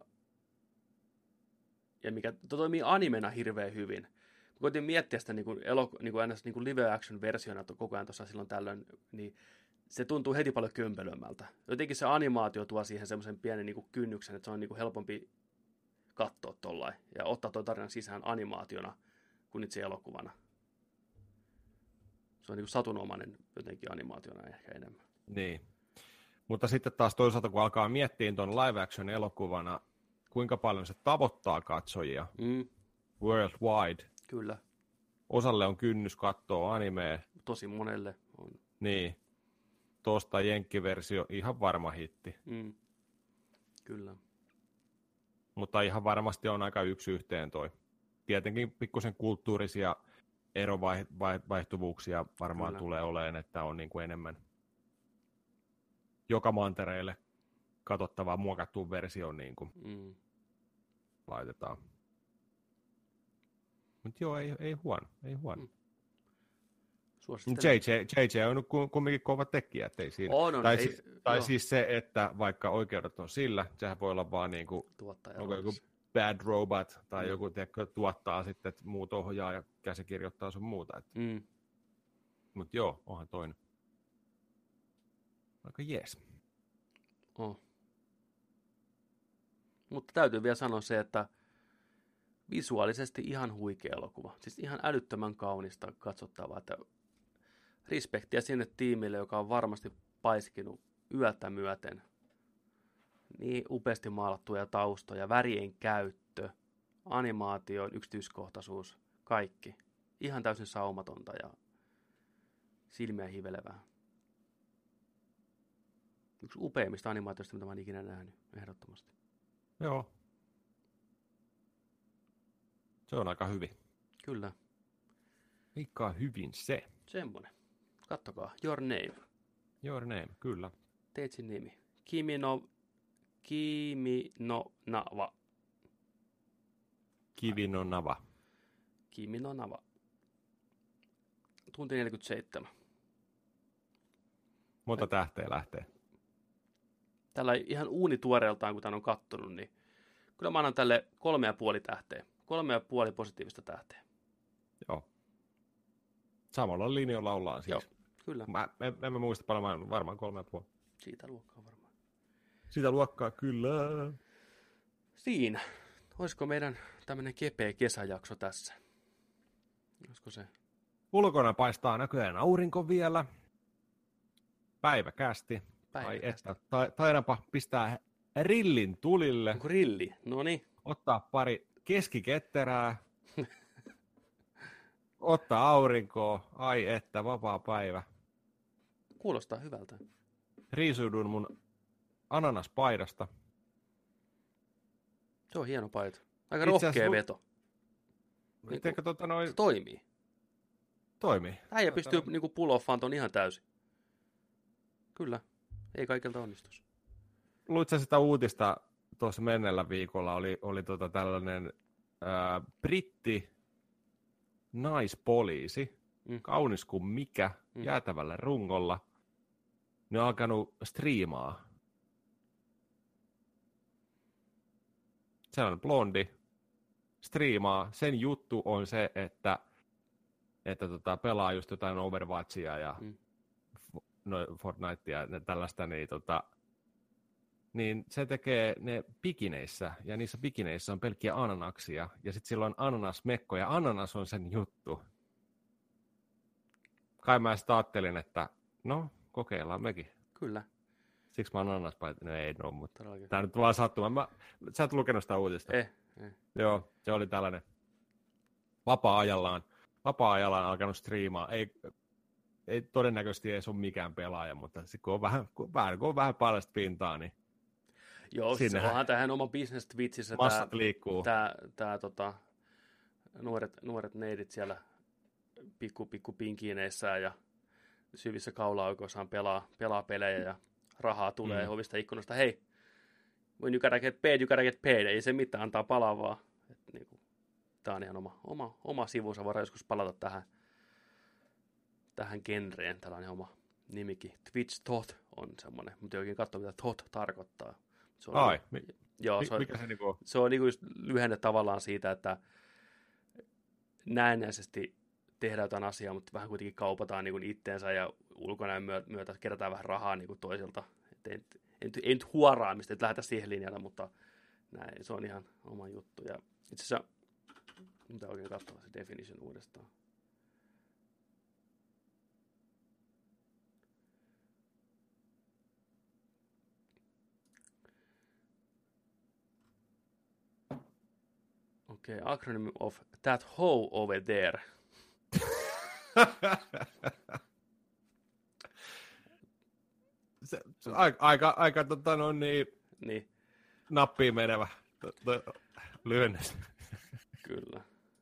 ja mikä toimii animena hirveän hyvin. Mä koitin miettiä sitä niin kuin, elok- niin kuin, niin kuin live-action-versiona koko ajan tuossa silloin tällöin, niin se tuntuu heti paljon kömpelömmältä. Jotenkin se animaatio tuo siihen semmoisen pienen niin kuin kynnyksen, että se on niin kuin helpompi katsoa tollain ja ottaa tuon tarinan sisään animaationa kuin itse elokuvana. Se on niin kuin satunomainen jotenkin animaationa ehkä enemmän. Niin. Mutta sitten taas toisaalta, kun alkaa miettiä tuon live-action-elokuvana, kuinka paljon se tavoittaa katsojia mm. worldwide. Kyllä. Osalle on kynnys katsoa animea. Tosi monelle on. Niin. Tuosta jenkkiversio ihan varma hitti. Mm. Kyllä. Mutta ihan varmasti on aika yksi yhteen toi. Tietenkin pikkusen kulttuurisia erovaihtuvuuksia varmaan Kyllä. tulee olemaan, että on niin kuin enemmän joka mantereille katsottavaa muokattuun versioon niin kuin mm. laitetaan. Mutta joo, ei, ei huono, ei huono. Mm. J J, J J on kumminkin kova tekijä, ettei siinä. On, on, tai ei, siis, tai siis se, että vaikka oikeudet on sillä, sehän voi olla vaan niin kuin, onko joku Bad Robot tai mm. joku tiedätkö, tuottaa sitten, että muut ohjaa ja käsikirjoittaa sun muuta. Mm. Mutta joo, onhan toinen. Aika jees. Oh. Mutta täytyy vielä sanoa se, että visuaalisesti ihan huikea elokuva. Siis ihan älyttömän kaunista katsottavaa. Että respektiä sinne tiimille, joka on varmasti paiskinut yötä myöten. Niin upeasti maalattuja taustoja, värien käyttö, animaatio, yksityiskohtaisuus, kaikki. Ihan täysin saumatonta ja silmiä hivelevää. Yksi upeimmista animaatioista, mitä mä oon ikinä nähnyt, ehdottomasti. Joo. Se on aika hyvin. Kyllä. Aika hyvin se. Semmonen. Kattokaa. Your Name. Your Name, kyllä. Teitsin nimi. Kimi no... Kimi no Nava. Kivi no Nava. Kimi no Nava. tunti neljäkymmentäseitsemän. Monta tähteä lähtee? Tällä ihan uunituoreeltaan, kun tämän on kattonut, niin kyllä mä annan tälle kolme ja puoli tähteä. Kolme ja puoli positiivista tähteä. Joo. Samalla linjalla ollaan siis. Joo, kyllä. Mä en, en mä muista paljon, varmaan kolme ja puoli. Siitä luokkaa varmaan. Sitä luokkaa, kyllä. Siinä. Olisiko meidän tämmöinen kepeä kesäjakso tässä? Olisiko se? Ulkona paistaa näköjään aurinko vielä. Päivä kästi. Päivä Ai kästi. että, ta- taidaanpa pistää rillin tulille. Onko rilli? No niin. Ottaa pari keskiketterää. Ottaa aurinkoa. Ai että, vapaa päivä. Kuulostaa hyvältä. Riisuudun mun ananaspaidasta. Se on hieno paita. Aika Itse rohkea asiassa lu- veto. Tiedätkö, tota noin, Se toimii. toimii. Äijä pystyy Tota- niinku pull-offaan ton ihan täysin. Kyllä. Ei kaikilta onnistus. Luitko sitä uutista tuossa mennellä viikolla? Oli, oli tota tällainen ää, britti naispoliisi, Mm. kaunis kuin mikä, Mm. jäätävällä rungolla. Ne on alkanut striimaa. Sellainen blondi striimaa. Sen juttu on se, että, että tota, pelaa just jotain Overwatchia ja Mm. no, Fortnitea ja tällaista, niin, tota, niin se tekee ne bikineissä, ja niissä bikineissä on pelkkiä ananaksia, ja sitten sillä on ananasmekko, ja ananas on sen juttu. Kai mä sitten ajattelin, että no, kokeillaan mekin. Kyllä. Siksi mä oon ananaspaita. No ei, no, mutta Todellakin. tää nyt vaan sattuma. Mä, sä et lukenut sitä uutista. Eh, eh. Joo, se oli tällainen vapaa-ajallaan, vapaa-ajallaan alkanut striimaa. Ei, ei todennäköisesti ei ole mikään pelaaja, mutta sit kun on vähän, kun, vähän, kun on vähän paljasta pintaa, niin Joo, siis Sinnehän- onhan tähän oma business Twitchissä massat tää, liikkuu. tää, tää tota, nuoret, nuoret neidit siellä pikku, pikku pinkiineissään ja syvissä kaulaoikoissaan pelaa, pelaa pelejä ja rahaa tulee Mm. mm. ovista ikkunasta. Hei, when you gotta get paid, you gotta get paid. Ei se mitään, antaa palaa vaan. Et, niinku, tää on ihan oma, oma, oma sivunsa. Voidaan joskus palata tähän, tähän genreen. Täällä on ihan oma nimikin. Twitch Tot on semmoinen, mutta ei oikein katso, mitä Tot tarkoittaa. Se on, Ai, mi, joo, mi, se on, mikä se niinku on? se on niinku just lyhenne tavallaan siitä, että näennäisesti tehdään jotain asiaa, mutta vähän kuitenkin kaupataan niinku itteensä ja ulkonäön myö- myötä kerätään vähän rahaa niinku toisilta. Et ei, nyt- ei, nyt- ei nyt huoraamista, et lähdetä siihen linjalle, mutta näin, se on ihan oma juttu. Ja itse asiassa, mitä oikein katsoa se definition uudestaan. Okay, acronym of that hoe over there. se, se, aika, aika, aika tota, no, niin, Niin, nappiin menevä to, to, lyhennys. kyllä.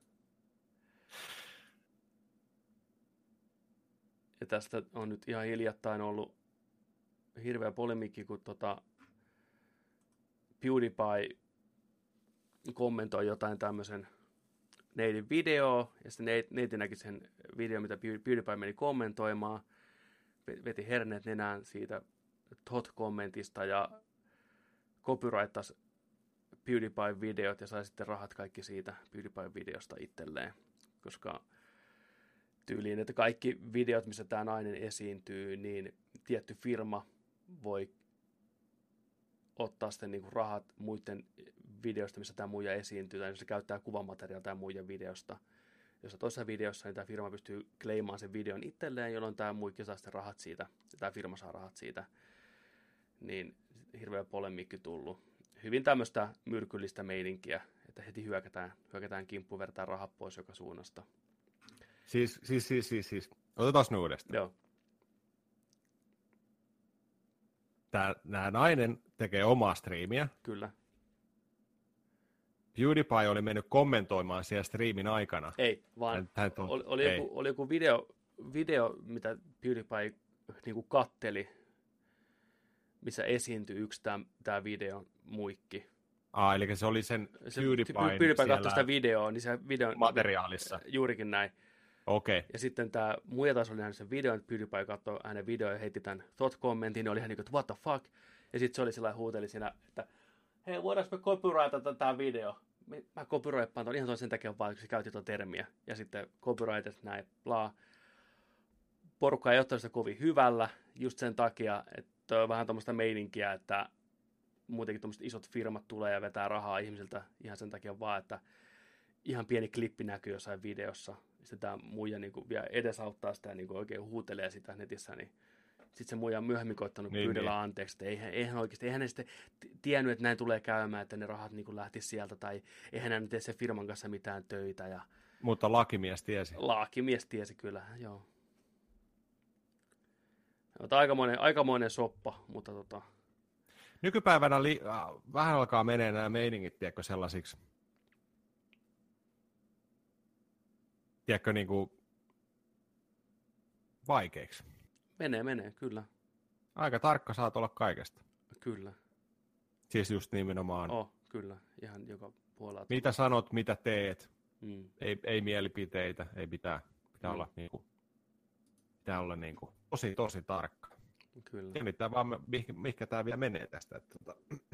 Ja tästä on nyt ihan hiljattain ollut hirveä polemikki, kun tota PewDiePie kommentoi jotain tämmöisen neidin videoa, ja sitten neiti, neiti näki sen video, mitä PewDiePie meni kommentoimaan, veti herneet nenään siitä Tot-kommentista, ja copyrightas PewDiePie-videot, ja sai sitten rahat kaikki siitä PewDiePie-videosta itselleen, koska tyyliin, että kaikki videot, missä tämä nainen esiintyy, niin tietty firma voi ottaa sitten niinku rahat muiden videosta, missä tämä muija esiintyy, tai jos se käyttää kuvamateriaalia tämän muijan videosta. Jos toisessa videossa, niin tämä firma pystyy kleimaan sen videon itselleen, jolloin tämä muikki saa sitten rahat siitä, ja tämä firma saa rahat siitä. Niin hirveä polemikki tullut. Hyvin tämmöistä myrkyllistä meininkiä, että heti hyökätään, hyökätään kimppuun, vertaan rahat pois joka suunnasta. Siis, siis, siis, siis, siis. Otetaan ne uudestaan. Joo, Tää, nää nainen tekee omaa striimiä. kyllä. PewDiePie oli mennyt kommentoimaan siellä striimin aikana. Ei, vaan Tää on- oli, oli, ei. joku, oli joku video, video, mitä PewDiePie niin kuin katteli, missä esiintyi yksi tämä videon muikki. Ah, eli se oli sen Se PewDiePien PewDiePie katsoi siellä sitä videoa, niin se videon materiaalissa. juurikin näin. Okei. Okay. Ja sitten tämä muija taas oli nähnyt sen videon, että PewDiePie katsoi hänen videon ja heitti tämän thought-kommentin, niin oli ihan niin kuin, että what the fuck. Ja sitten se oli sillä huuteli siinä, että hei, voidaanko me copyrightata tämä video? Mä copyrightpaan tuon ihan toisen takia vaan, kun se käytti tuota termiä. Ja sitten copyrightet näin, bla. Porukka ei ottanut sitä kovin hyvällä, just sen takia, että on vähän tuommoista meininkiä, että muutenkin tuommoiset isot firmat tulee ja vetää rahaa ihmisiltä ihan sen takia vaan, että ihan pieni klippi näkyy jossain videossa. Sitten tämä muija niin kuin vielä edesauttaa sitä, niin kuin oikein huutelee sitä netissä, niin sitten se muija on myöhemmin koittanut niin, pyydellä niin. anteeksi, että eihän, eihän oikeasti, eihän ne sitten tiennyt, että näin tulee käymään, että ne rahat niin lähtisivät sieltä, tai eihän ne tee sen firman kanssa mitään töitä. Ja mutta lakimies tiesi. Lakimies tiesi kyllä, joo. Aikamoinen, aikamoinen soppa, mutta tota... Nykypäivänä li- äh, vähän alkaa menee nämä meiningit, tiedätkö, sellaisiksi, tiedätkö, niin kuin vaikeiksi. Menee, menee, kyllä. Aika tarkka saat olla kaikesta. Kyllä. Siis just nimenomaan. Oh, kyllä, ihan joka puolella. Mitä sanot, mitä teet. Mm. Ei, ei mielipiteitä, ei pitää, pitää mm. olla niin kuin, pitää olla niin kuin tosi, tosi tarkka. Kyllä. Tiedetään vaan, mihinkä, mihinkä tämä vielä menee tästä. Että, tota...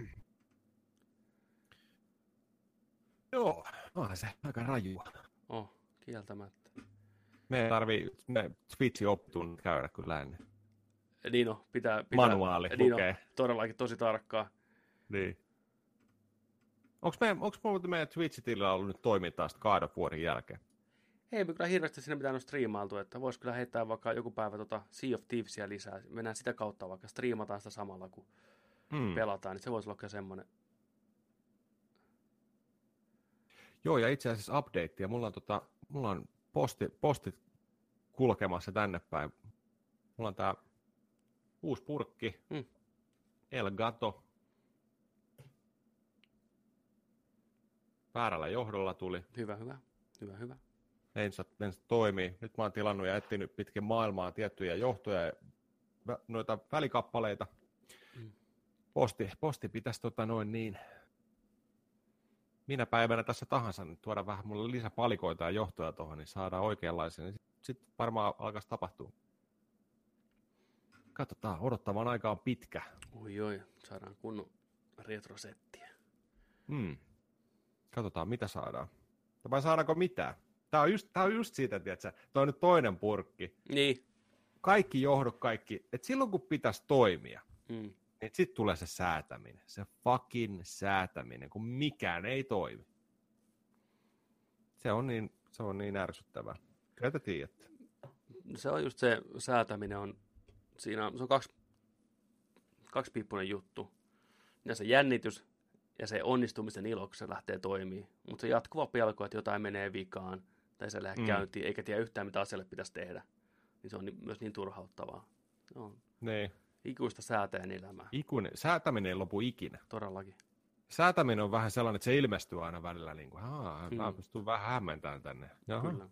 Joo, onhan se aika rajua. Oh, kieltämättä. Me ei tarvii, me Twitchin oppitunnit käydä kyllä ennen. Niin on, pitää, pitää manuaali niin lukee. On, todellakin tosi tarkkaa. Niin. Onko me, onko muuten meidän Twitch-tilillä ollut nyt toimintaa sitten God of Warin jälkeen? Ei me kyllä hirveästi sinne mitään ole striimailtu, että vois kyllä heittää vaikka joku päivä tota Sea of Thievesia lisää. Mennään sitä kautta vaikka, striimataan sitä samalla kun hmm. pelataan, niin se voisi olla semmoinen. Joo, ja itse asiassa update, ja mulla on, tota, mulla on posti, postit kulkemassa tänne päin. Mulla on tää uusi purkki, hmm. El Gato. Väärällä johdolla tuli. Hyvä, hyvä, hyvä, hyvä. Ensa, ensa toimii. Nyt mä oon tilannut ja etsinyt pitkin maailmaa tiettyjä johtoja ja noita välikappaleita. Mm. Posti, posti pitäisi tota noin niin, minä päivänä tässä tahansa niin tuoda vähän mulle lisäpalikoita ja johtoja tuohon, niin saadaan oikeanlaisia. Niin Sitten sit varmaan alkaisi tapahtua. Katsotaan, odottavan aika on pitkä. Oi oi, saadaan kunnon retrosettiä. Hmm. Katsotaan, mitä saadaan. Vai saadaanko mitään? Tämä on just, tää on just siitä, että tämä on nyt toinen purkki. Niin. Kaikki johdot, kaikki. Että silloin kun pitäisi toimia, mm. niin sitten tulee se säätäminen. Se fucking säätäminen, kun mikään ei toimi. Se on niin, se on niin ärsyttävää. Kyllä te tiedätte. Se on just se säätäminen on, siinä on, se on kaksi, kaksipiippunen juttu. Ja se jännitys ja se onnistumisen ilo, kun se lähtee toimimaan. Mutta se jatkuva pelko, että jotain menee vikaan tai se lähde mm. käyntiin, eikä tiedä yhtään, mitä asialle pitäisi tehdä. Niin se on myös niin turhauttavaa. No. Niin. Ikuista säätäjän elämää. Ikuinen. Säätäminen ei lopu ikinä. Todellakin. Säätäminen on vähän sellainen, että se ilmestyy aina välillä. Niin kuin, mm. mä pystyn vähän hämmentämään tänne. Jaha. Kyllä.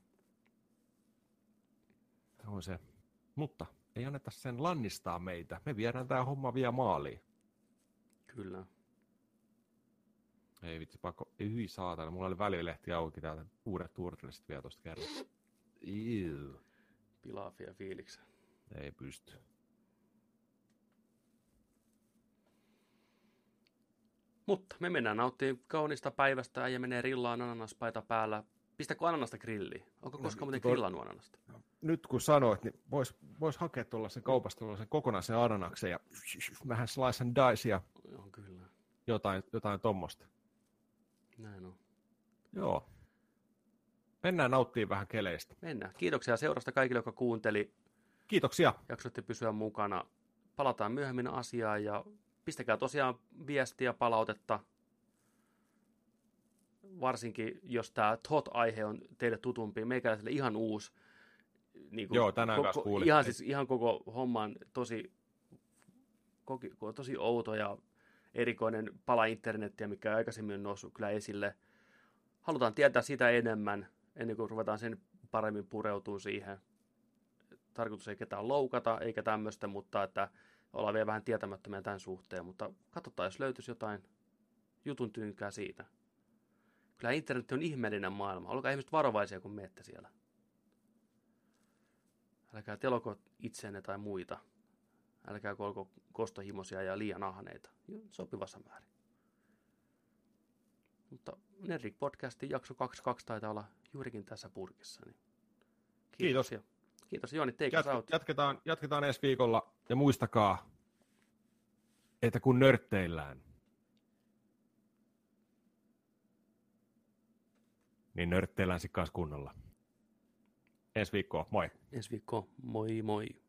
On se. Mutta ei anneta sen lannistaa meitä. Me viedään tämä homma vielä maaliin. Kyllä. Ei vitsi, pakko. Hyi saatana. Mulla oli välilehti auki täältä. Uudet Turtlesit vielä tuosta kerran. Iiu. Pilaafia fiiliksen. Ei pysty. Mutta me mennään nauttimaan kaunista päivästä ja menee rillaan ananaspaita päällä. Pistäkö ananasta grilliin? Onko koskaan muuten grillannut ananasta? Nyt kun sanoit, niin vois, vois hakea tuollaisen kaupasta tuollaisen kokonaisen ananaksen ja vähän slice and dice ja Joo, kyllä. jotain, jotain tommosta. Näin on. Joo. Mennään nauttimaan vähän keleistä. Mennään. Kiitoksia seurasta kaikille, jotka kuunteli. Kiitoksia. Jaksoitte pysyä mukana. Palataan myöhemmin asiaan ja pistäkää tosiaan viestiä, palautetta. Varsinkin, jos tämä T O T-aihe on teille tutumpi. Meikäläiselle ihan uusi. Niin kuin Joo, tänään kanssa kuulin. Ihan, siis, ihan koko homman tosi, koki, tosi outo ja erikoinen pala internettiä, mikä aikaisemmin on noussut kyllä esille. Halutaan tietää sitä enemmän, ennen kuin ruvetaan sen paremmin pureutumaan siihen. Tarkoitus ei ketään loukata, eikä tämmöistä, mutta että ollaan vielä vähän tietämättömiä tämän suhteen. Mutta katsotaan, jos löytyisi jotain jutun tynkää siitä. Kyllä internet on ihmeellinen maailma. Olkaa ihmiset varovaisia, kun menette siellä. Älkää teloko itseenne tai muita. Älkää olko kostohimoisia ja liian ahneita. Sopivassa määrin. Mutta Nerdik podcastin jakso kaksikymmentäkaksi taitaa olla juurikin tässä purkissa. Niin kiitos. Kiitos. Kiitos Jooni, take Jat- out. jatketaan, jatketaan ensi viikolla ja muistakaa, että kun nörtteillään, niin nörtteillään sitten kanssa kunnolla. Ensi viikkoa, moi! Ensi viikkoon, moi moi!